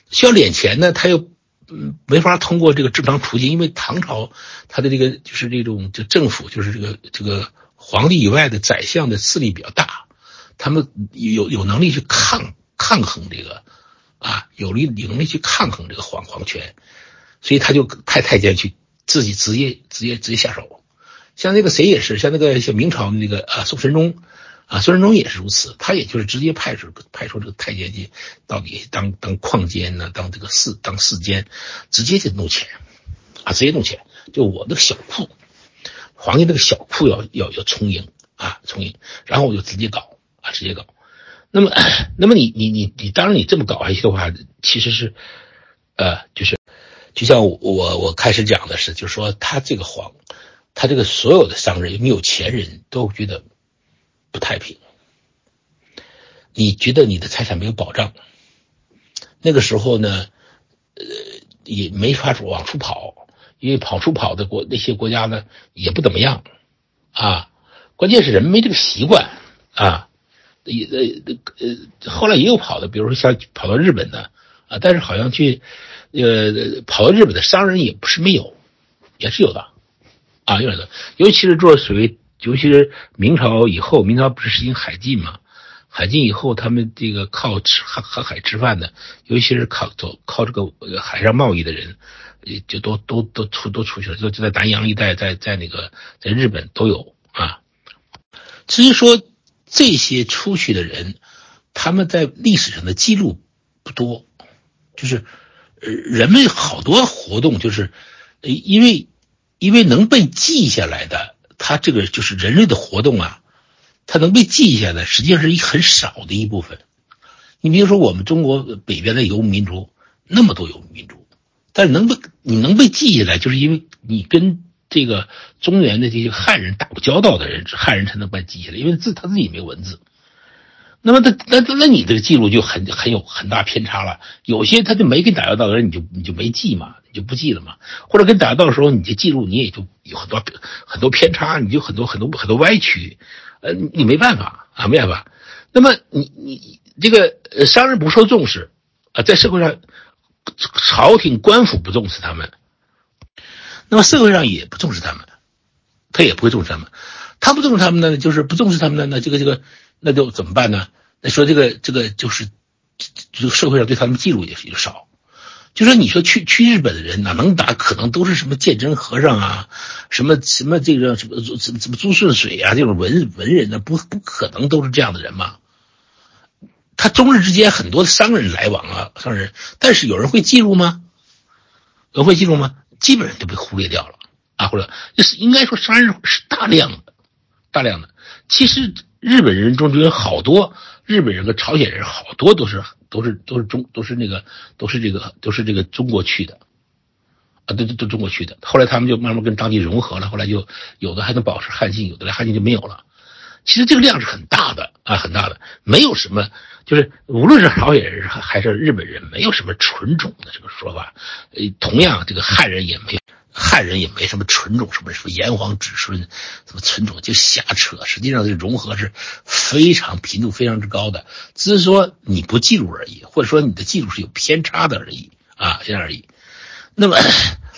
需要敛钱呢，他又嗯没法通过这个正常途径，因为唐朝他的这个就是这种就政府就是这个这个皇帝以外的宰相的势力比较大，他们有有能力去抗抗衡这个啊，有力有能力去抗衡这个皇皇权，所以他就派太监去自己直接直接直接下手。像那个谁也是，像那个像明朝那个啊宋神宗啊，宋神宗也是如此，他也就是直接派出派出这个太监去，到底当当矿监呢，当这个士当士监，直接就弄钱啊，直接弄钱，就我那个小库，皇帝那个小库要要要充盈啊，充盈，然后我就直接搞啊，直接搞。那么那么你你你你当然你这么搞下去的话，其实是呃就是就像我我我开始讲的是，就是说他这个皇。他这个所有的商人，没有钱人都觉得不太平，你觉得你的财产没有保障，那个时候呢，呃，也没法往出跑，因为跑出跑的国那些国家呢也不怎么样啊，关键是人没这个习惯啊，也呃呃后来也有跑的，比如说像跑到日本的啊，但是好像去呃跑到日本的商人也不是没有，也是有的。啊，有的，尤其是做所谓，尤其是明朝以后，明朝不是实行海禁嘛？海禁以后，他们这个靠吃航航海吃饭的，尤其是靠走靠这个海上贸易的人，就都都都出都出去了，就就在南洋一带，在在那个在日本都有啊。至于说这些出去的人，他们在历史上的记录不多，就是呃人们好多活动就是因为。因为能被记下来的，它这个就是人类的活动啊，它能被记下来，实际上是一很少的一部分。你比如说我们中国北边的游牧民族，那么多游牧民族，但是能被你能被记下来，就是因为你跟这个中原的这些汉人打过交道的人，汉人才能把记下来，因为字他自己没有文字。那么那那那你这个记录就很很有很大偏差了，有些他就没跟打交道的人，你就你就没记嘛，你就不记了嘛，或者跟打交道的时候，你这记录你也就有很多很多偏差，你就很多很多很多歪曲，呃，你没办法啊，没办法。那么你你这个呃商人不受重视啊，在社会上，朝廷官府不重视他们，那么社会上也不重视他们，他也不会重视他们，他不重视他们呢，就是不重视他们呢，那这个这个那就怎么办呢？那说这个这个就是这个社会上对他们记录也也少，就说你说去去日本的人哪能打，可能都是什么鉴真和尚啊，什么什么这个什么什么什么朱顺水啊，这种文文人呢，不不可能都是这样的人嘛。他中日之间很多的商人来往啊，商人，但是有人会记录吗？有人会记录吗？基本上就被忽略掉了啊，或者就是应该说商人是大量的，大量的。其实日本人中就有好多日本人和朝鲜人，好多都是都是都是中都是那个都是这个都是这个中国去的啊，都都中国去的。后来他们就慢慢跟当地融合了，后来就有的还能保持汉姓，有的汉姓就没有了。其实这个量是很大的啊，很大的，没有什么，就是无论是朝鲜人还是日本人，没有什么纯种的这个说法。呃，同样这个汉人也没有。汉人也没什么纯种，什么什么炎黄子孙，什么纯种就瞎扯。实际上这融合是非常频度非常之高的，只是说你不记录而已，或者说你的记录是有偏差的而已啊，这样而已。那么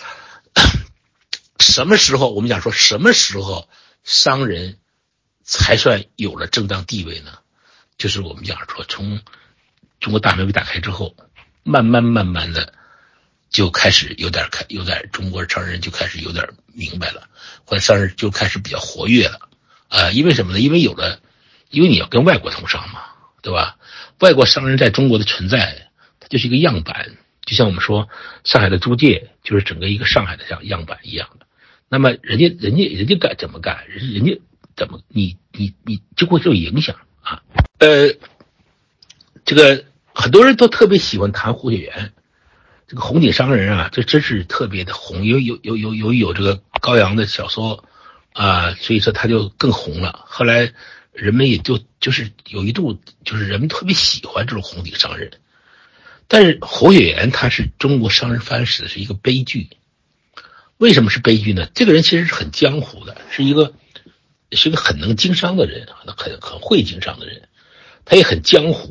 什么时候我们讲说什么时候商人才算有了正当地位呢？就是我们讲说从中国大门被打开之后，慢慢慢慢的。就开始有点开，有点中国商人就开始有点明白了，或者商人就开始比较活跃了，啊、呃，因为什么呢？因为有了，因为你要跟外国通商嘛，对吧？外国商人在中国的存在，它就是一个样板，就像我们说上海的租界就是整个一个上海的像样板一样的。那么人家人家人家干怎么干，人人家怎么你你你就会受影响啊。呃，这个很多人都特别喜欢谈胡雪岩。这个红顶商人啊，这真是特别的红，有有有有有有这个高阳的小说啊，所以说他就更红了。后来人们也就就是有一度就是人们特别喜欢这种红顶商人，但是胡雪岩他是中国商人发展史的是一个悲剧。为什么是悲剧呢？这个人其实是很江湖的，是一个是一个很能经商的人，很很会经商的人，他也很江湖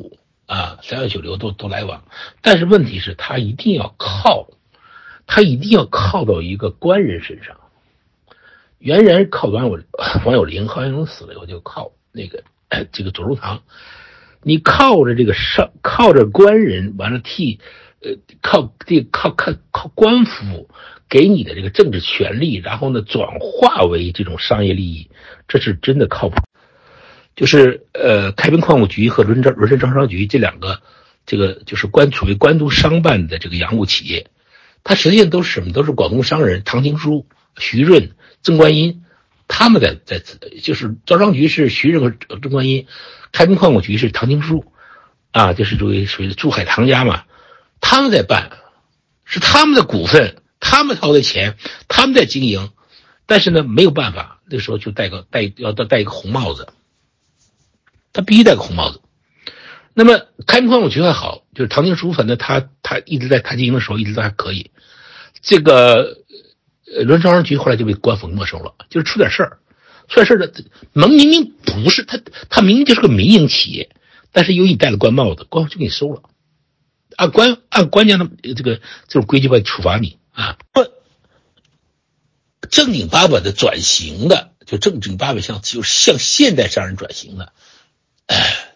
啊，三教九流都都来往。但是问题是，他一定要靠，他一定要靠到一个官人身上。原来靠王有王有龄，王有龄死了以后就靠那个这个左宗棠。你靠着这个上，靠着官人，完了替，呃，靠这靠靠靠官府给你的这个政治权利，然后呢转化为这种商业利益，这是真的靠谱。就是呃，开平矿务局和轮轮山招商局这两个，这个就是官属于官督商办的这个洋务企业，它实际上都是什么？都是广东商人唐廷枢、徐润、曾观音，他们在在就是招商局是徐润和曾观音。开平矿务局是唐廷枢，啊，就是属于属于珠海唐家嘛，他们在办，是他们的股份，他们掏的钱，他们在经营，但是呢没有办法，那时候就戴个戴要戴一个红帽子，他必须戴个红帽子。那么开平矿务局还好，就是唐廷枢，反正他他一直在他经营的时候一直都还可以。这个呃轮商局后来就被官府没收了，就是出点事儿。出点事儿的，明明不是他，他明明就是个民营企业，但是由于你戴了官帽子，官府就给你收了，按官按官家的这个这种规矩来处罚你啊。正经八百的转型的，就正经八百向就是向现代商人转型的，哎，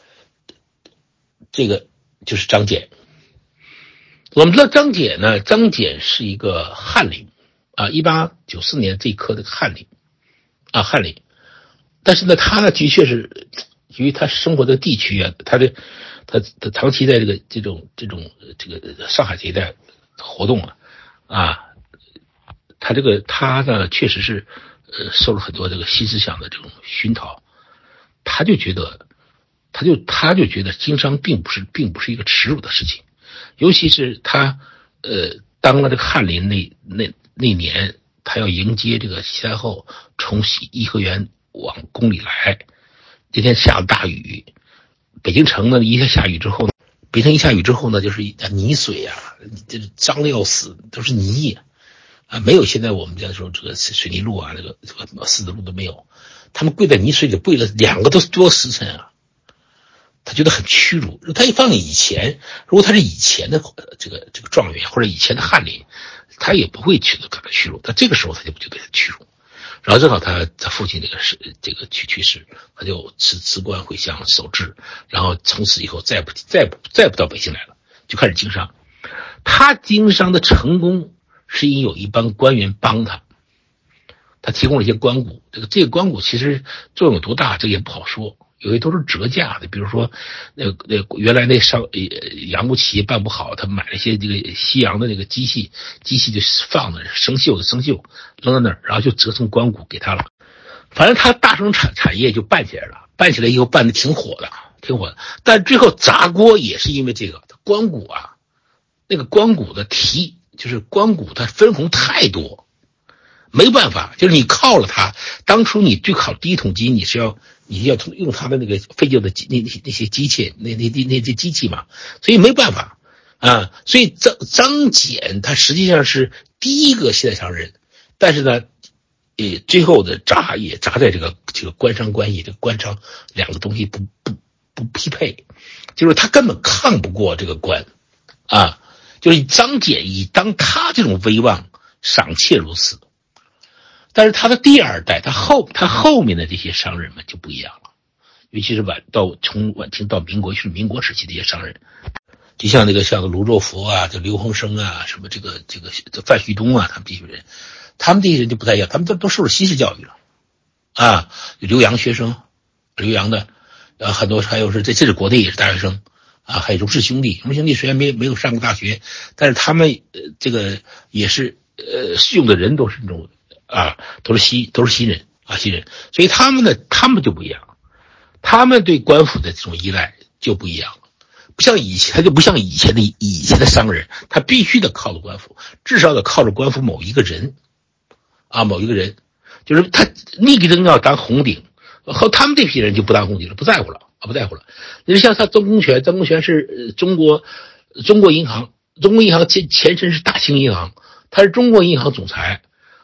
这个就是张謇。我们知道张謇呢，张謇是一个翰林啊，一八九四年这一科的翰林。啊，翰林，但是呢，他呢的确是，由于他生活的地区啊，他的他他长期在这个这种这种这个上海这一带活动啊，啊，他这个他呢确实是呃受了很多这个新思想的这种熏陶，他就觉得，他就他就觉得经商并不是并不是一个耻辱的事情，尤其是他呃当了这个翰林那那那年。他要迎接这个西太后从颐和园往宫里来，这天下了大雨，北京城呢一下下雨之后，北京一下雨之后呢，就是泥水啊，这脏的要死，都是泥啊，没有现在我们这样说这个水泥路啊，这个这个石子路都没有，他们跪在泥水里跪了两个多多时辰啊，他觉得很屈辱。他一放以前，如果他是以前的这个这个状元或者以前的翰林，他也不会觉得感到屈辱，但这个时候他就觉得屈辱。然后正好他他父亲这个是这个去去世，他就辞辞官回乡守制，然后从此以后再不再不再不到北京来了，就开始经商。他经商的成功是因为有一帮官员帮他，他提供了一些官股，这个这个官股其实作用有多大，这也不好说。有些都是折价的，比如说，那那原来那商呃洋务企业办不好，他买了一些这个西洋的那个机器，机器就放那生锈的生锈，扔在那儿，然后就折成官股给他了。反正他大生产产业就办起来了，办起来以后办的挺火的，挺火的。但最后砸锅也是因为这个官股啊，那个官股的提就是官股它分红太多。没办法，就是你靠了他，当初你最考第一桶金，你是要你要用他的那个废旧的那那那些机器，那那那那些机器嘛，所以没办法啊。所以张张謇他实际上是第一个现代商人，但是呢，呃，最后的砸也砸在这个这个官商关系，这个官商两个东西不不不匹配，就是他根本抗不过这个官啊。就是张謇以当他这种威望，尚且如此。但是他的第二代，他后他后面的这些商人们就不一样了，尤其是晚到从晚清到民国，就是民国时期的一些商人，就像那个像卢作孚啊，这刘恒生啊，什么这个这个范旭东啊，他们这些人，他们这些人就不太一样，他们都都受了西式教育了啊，留洋学生，留洋的，呃，很多还有是这这是国内也是大学生啊，还有荣氏兄弟，荣氏兄弟虽然没没有上过大学，但是他们呃这个也是呃用的人都是那种。啊，都是西都是西人啊，西人，所以他们呢，他们就不一样，他们对官府的这种依赖就不一样了，不像以前，他就不像以前的以前的商人，他必须得靠着官府，至少得靠着官府某一个人，啊，某一个人，就是他立争要当红顶，和他们这批人就不当红顶了，不在乎了啊，不在乎了。你像他曾公权，曾公权是中国中国银行，中国银行前前身是大兴银行，他是中国银行总裁。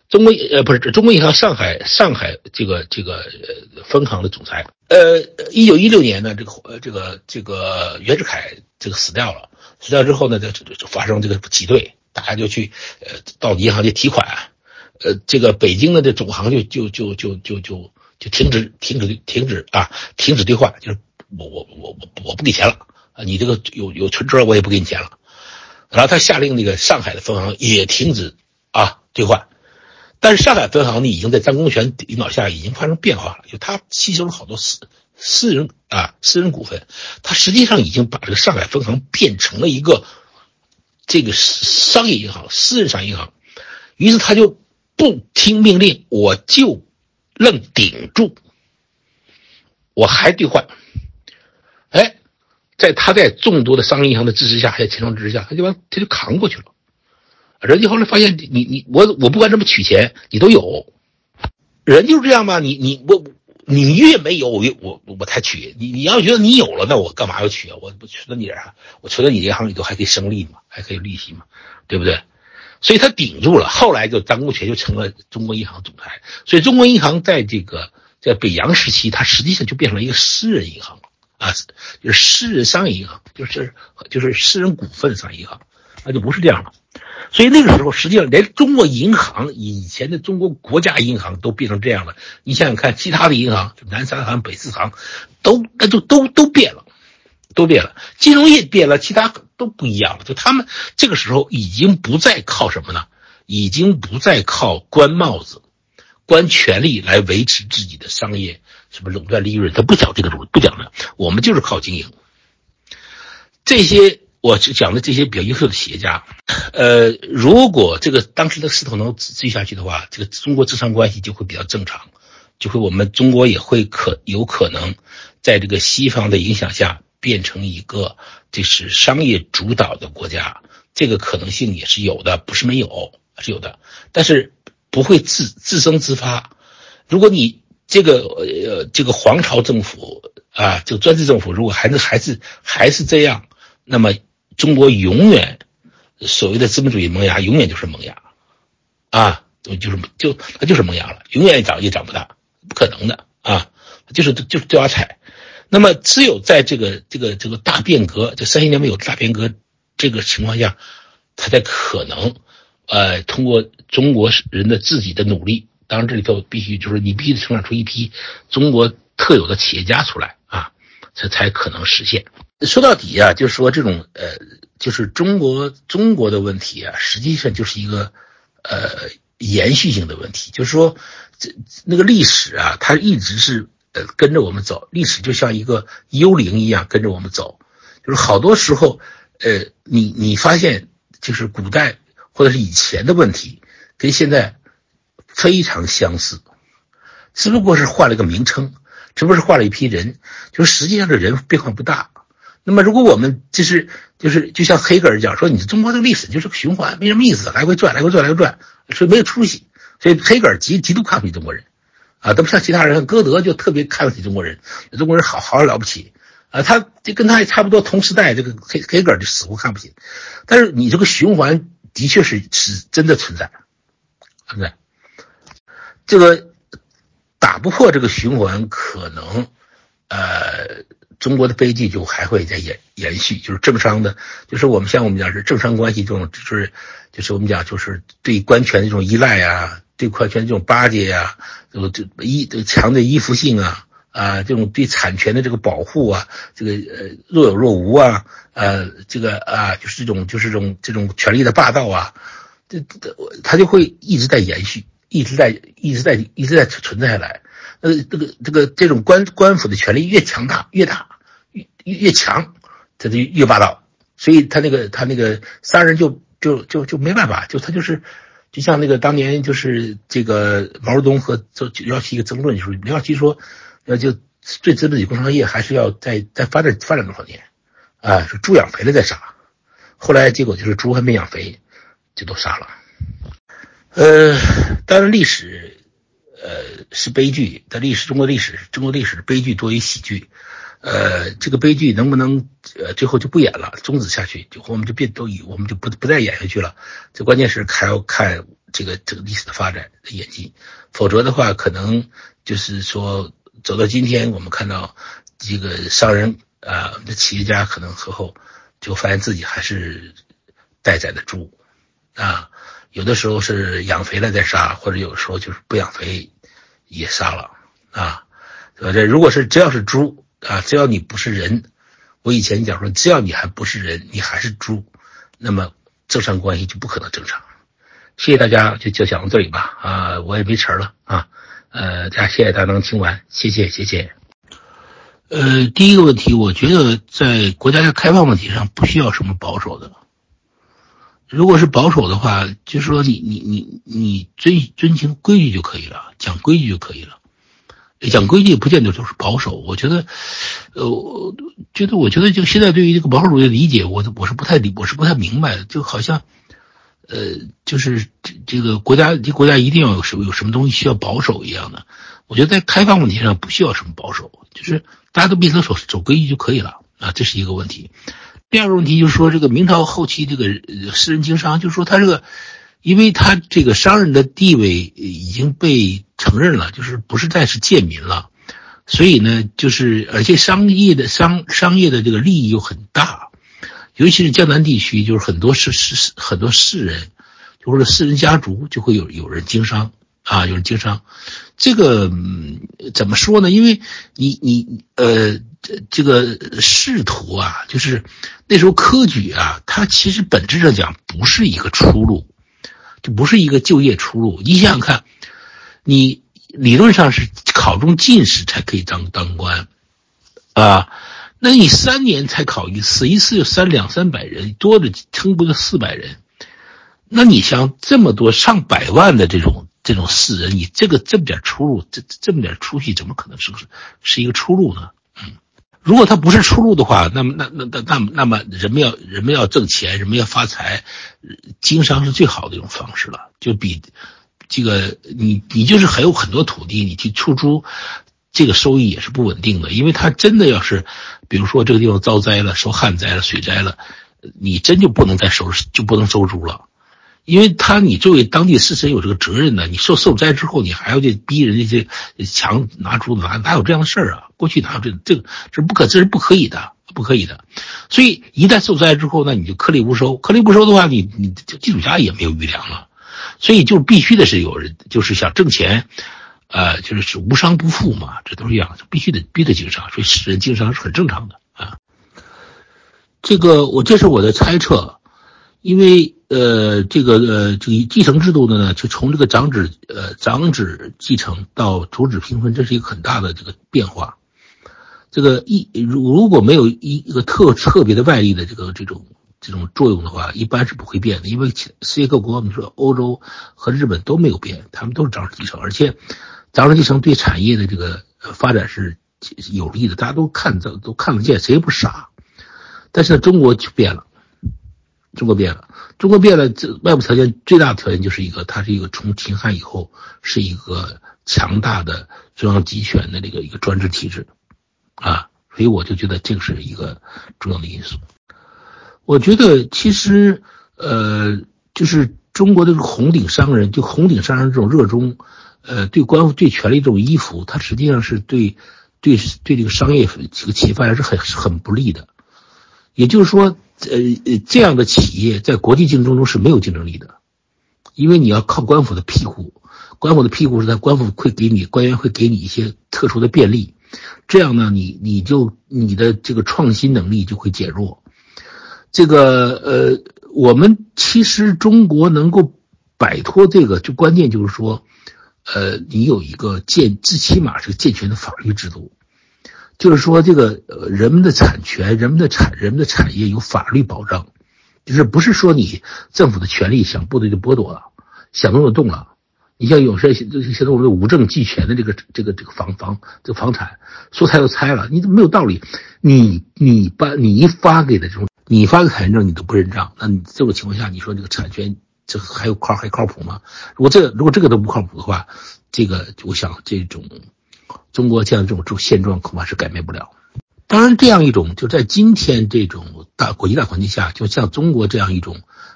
中国呃不是中国银行上海上海这个这个呃分行的总裁，呃，一九一六年呢，这个呃这个这个袁世凯这个死掉了，死掉之后呢，就就发生这个挤兑，大家就去呃到银行去提款，呃，这个北京的这总行就就就就就就就停止停止停止啊停止兑换，就是我我我我我不给钱了啊，你这个有有存折我也不给你钱了，然后他下令那个上海的分行也停止啊兑换。但是上海分行呢，已经在张公权领导下已经发生变化了，就他吸收了好多私私人啊私人股份，他实际上已经把这个上海分行变成了一个这个商业银行、私人商业银行，于是他就不听命令，我就愣顶住，我还兑换，哎，在他在众多的商业银行的支持下，还有钱庄支持下，他就把他就扛过去了。人家后来发现你你我我不管怎么取钱你都有，人就是这样吧，你你我你越没有我我我才取，你你要觉得你有了，那我干嘛要取啊？我我存到你这儿，我存到你银行里头还可以生利嘛，还可以有利息嘛，对不对？所以他顶住了，后来就张公权就成了中国银行总裁，所以中国银行在这个在北洋时期，它实际上就变成了一个私人银行啊，就是私人商业银行，就是就是私人股份商业银行，那就不是这样了。所以那个时候，实际上连中国银行以前的中国国家银行都变成这样了。你想想看，其他的银行，南三行、北四行，都那就都都变了，都变了。金融业变了，其他都不一样了。就他们这个时候已经不再靠什么呢？已经不再靠关帽子、关权力来维持自己的商业什么垄断利润，他不讲这个不讲的。我们就是靠经营。这些。我讲的这些比较优秀的企业家，呃，如果这个当时的势头能持续下去的话，这个中国政商关系就会比较正常，就会我们中国也会可有可能在这个西方的影响下变成一个就是商业主导的国家，这个可能性也是有的，不是没有，是有的，但是不会自自生自发。如果你这个呃这个皇朝政府啊，这个专制政府如果还是还是还是这样，那么中国永远所谓的资本主义萌芽永远就是萌芽啊，就是就它就是萌芽了，永远也长也长不大，不可能的啊，就是就是掉牙彩。那么只有在这个这个这个大变革，这三十年没有大变革这个情况下，它才可能呃通过中国人的自己的努力，当然这里头必须就是你必须成长出一批中国特有的企业家出来啊，才才可能实现。说到底啊，就是说这种呃，就是中国中国的问题啊，实际上就是一个呃延续性的问题。就是说，这那个历史啊，它一直是呃跟着我们走，历史就像一个幽灵一样跟着我们走。就是好多时候，呃，你你发现就是古代或者是以前的问题，跟现在非常相似，只不过是换了一个名称，只不过是换了一批人，就是实际上这人变化不大。那么如果我们就是就是就像黑格尔讲说，你中国这个历史就是个循环，没什么意思，来回转来回转来回转，所以没有出息。所以黑格尔极极度看不起中国人啊，都不像其他人，歌德就特别看不起中国人，中国人好好了不起啊，他就跟他也差不多同时代，这个黑黑格尔就死活看不起。但是你这个循环的确是是真的存在，存在。这个打不破这个循环，可能呃。中国的悲剧就还会再延延续，就是政商的，就是我们像我们讲是政商关系这种，就是就是我们讲就是对官权的这种依赖啊，对官权的这种巴结啊，这个这依这个强的依附性啊啊，这种对产权的这个保护啊，这个呃若有若无啊，呃这个啊就是这种就是这种这种权力的霸道啊，这这它就会一直在延续，一直在一直在一直在存在下来。呃，这个这个这种官官府的权力越强大越大越越强，他就越霸道，所以他那个他那个杀人就就就就没办法，就他就是就像那个当年就是这个毛泽东和刘少奇一个争论，就是刘少奇说，呃，就对资本主义工商业还是要再再发展发展多少年啊？说猪养肥了再杀，后来结果就是猪还没养肥就都杀了。呃，当然历史。呃，是悲剧的历史，中国历史，中国历史悲剧多于喜剧。呃，这个悲剧能不能呃最后就不演了，终止下去，就我们就变都我们就不不再演下去了。这关键是还要看这个这个历史的发展的演进，否则的话，可能就是说走到今天，我们看到这个商人啊，这企业家可能最后就发现自己还是待宰的猪啊，有的时候是养肥了再杀，或者有的时候就是不养肥也杀了啊。这如果是只要是猪啊，只要你不是人，我以前讲说，只要你还不是人，你还是猪，那么政商关系就不可能正常。谢谢大家，就就讲到这里吧啊，我也没词了啊，呃，大家谢谢大家能听完，谢谢谢谢。呃，第一个问题，我觉得在国家的开放问题上不需要什么保守的。如果是保守的话，就是说你你你你遵遵循规矩就可以了，讲规矩就可以了。讲规矩不见得就是保守，我觉得，呃，我觉得我觉得就现在对于这个保守主义的理解，我我是不太理，我是不太明白的，就好像，呃，就是这个国家，这国家一定要有什么有什么东西需要保守一样的。我觉得在开放问题上不需要什么保守，就是大家都彼此守守规矩就可以了啊，这是一个问题。第二个问题就是说，这个明朝后期这个私人经商，就是说他这个。因为他这个商人的地位已经被承认了，就是不是再是贱民了，所以呢，就是而且商业的商商业的这个利益又很大，尤其是江南地区，就是很多是是很多士人，或者士人家族就会有有人经商啊，有人经商，这个、嗯、怎么说呢？因为你你呃这个仕途啊，就是那时候科举啊，它其实本质上讲不是一个出路。就不是一个就业出路。你想想看，你理论上是考中进士才可以当当官啊，那你三年才考一次，一次有三两三百人，多的撑不过四百人。那你想这么多上百万的这种这种士人，你这个这么点出路，这这么点出息，怎么可能是是一个出路呢？嗯。如果它不是出路的话，那么那那那那么那么人们要人们要挣钱，人们要发财，经商是最好的一种方式了。就比这个你你就是还有很多土地，你去出租，这个收益也是不稳定的。因为它真的要是，比如说这个地方遭灾了，受旱灾了、水灾了，你真就不能再收就不能收租了。因为他你作为当地士绅有这个责任的，你受受灾之后，你还要去逼人家去强拿出哪哪有这样的事儿啊？过去哪有这这个这是不可这是不可以的，不可以的。所以一旦受灾之后，那你就颗粒无收，颗粒不收的话，你你地主家也没有余粮了。所以就必须的是有人就是想挣钱，呃，就是无商不富嘛，这都是一样的，必须得逼着经商，所以士人经商是很正常的啊。这个我这是我的猜测。因为呃，这个呃，这个继承制度的呢，就从这个长子呃长子继承到族子平分，这是一个很大的这个变化。这个一如果没有一一个特特别的外力的这个这种这种作用的话，一般是不会变的。因为世界各国，你说欧洲和日本都没有变，他们都是长子继承，而且长子继承对产业的这个发展是有利的，大家都看得都看得见，谁也不傻。但是呢，中国就变了。中国变了，中国变了，这外部条件最大的条件就是一个，它是一个从秦汉以后是一个强大的中央集权的这个一个专制体制，啊，所以我就觉得这个是一个重要的因素。我觉得其实呃，就是中国的这个红顶商人，就红顶商人这种热衷，呃，对官府对权力这种依附，它实际上是对对对这个商业这个企业发展是很很不利的。也就是说。呃，这样的企业在国际竞争中是没有竞争力的，因为你要靠官府的庇护，官府的庇护是在官府会给你官员会给你一些特殊的便利，这样呢，你你就你的这个创新能力就会减弱。这个呃，我们其实中国能够摆脱这个，就关键就是说，呃，你有一个健，最起码是健全的法律制度。就是说，这个呃人们的产权、人们的产、人们的产业有法律保障，就是不是说你政府的权利想剥夺就剥夺了，想动就动了。你像有些现在我们的无证继权的这个这个这个房房这个房产，说拆就拆了，你怎么没有道理？你你把你一发给的这种，你发个产权证你都不认账，那你这个情况下，你说这个产权这还有靠还靠谱吗？如果这个如果这个都不靠谱的话，这个我想这种。中国这样这种这种现状恐怕是改变不了。当然，这样一种就在今天这种大国际大环境下，就像中国这样一种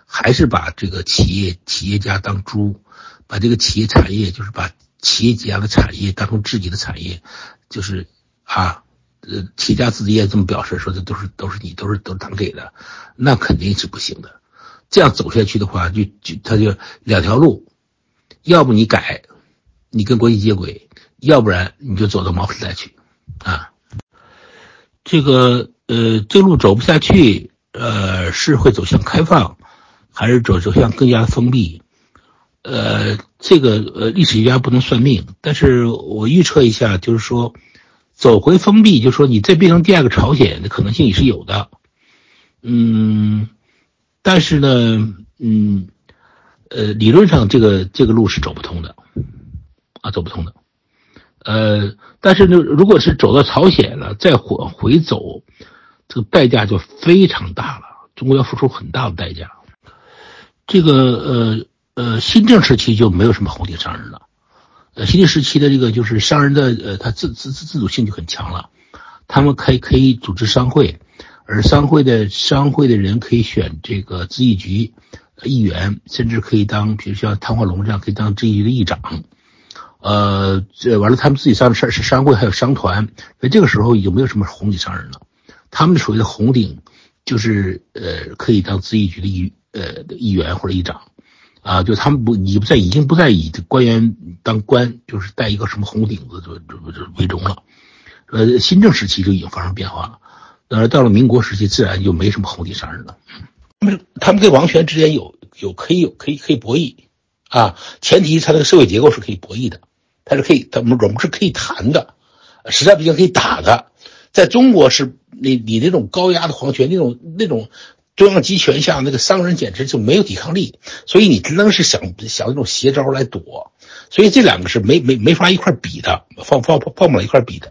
还是把这个企业企业家当猪，把这个企业产业就是把企业家的产业当成自己的产业，就是啊，呃，企业家自己也这么表示说，这都是都是你都是都是党给的，那肯定是不行的。这样走下去的话，就就他就两条路，要不你改，你跟国际接轨，要不然你就走到毛时代去啊。这个呃，这路走不下去，呃，是会走向开放，还是走走向更加封闭？呃，这个呃，历史学家不能算命，但是我预测一下，就是说，走回封闭，就是说你再变成第二个朝鲜的可能性也是有的。嗯，但是呢，嗯，呃，理论上这个这个路是走不通的，啊，走不通的。呃，但是呢，如果是走到朝鲜了，再回回走，这个代价就非常大了，中国要付出很大的代价。这个呃呃，新政时期就没有什么红顶商人了，呃，新政时期的这个就是商人的呃，他自自自自主性就很强了，他们可以可以组织商会，而商会的商会的人可以选这个咨议局议员，甚至可以当，比如像谭化龙这样可以当咨议局的议长。呃，这完了，他们自己商是是商会，还有商团，所以这个时候已经没有什么红顶商人了。他们所谓的红顶，就是呃，可以当咨议局的议呃议员或者议长，啊，就他们不，你不再已经不再以官员当官，就是带一个什么红顶子就就就为荣了。呃，新政时期就已经发生变化了，呃，到了民国时期，自然就没什么红顶商人了。他们他们跟王权之间有有可以有可以可以博弈啊，前提他那个社会结构是可以博弈的。它是可以，他们我们是可以谈的，实在不行可以打的。在中国是你你那种高压的皇权，那种那种中央集权下，那个商人简直就没有抵抗力，所以你只能是想想那种邪招来躲。所以这两个是没没没法一块比的，放放放不了一块比的。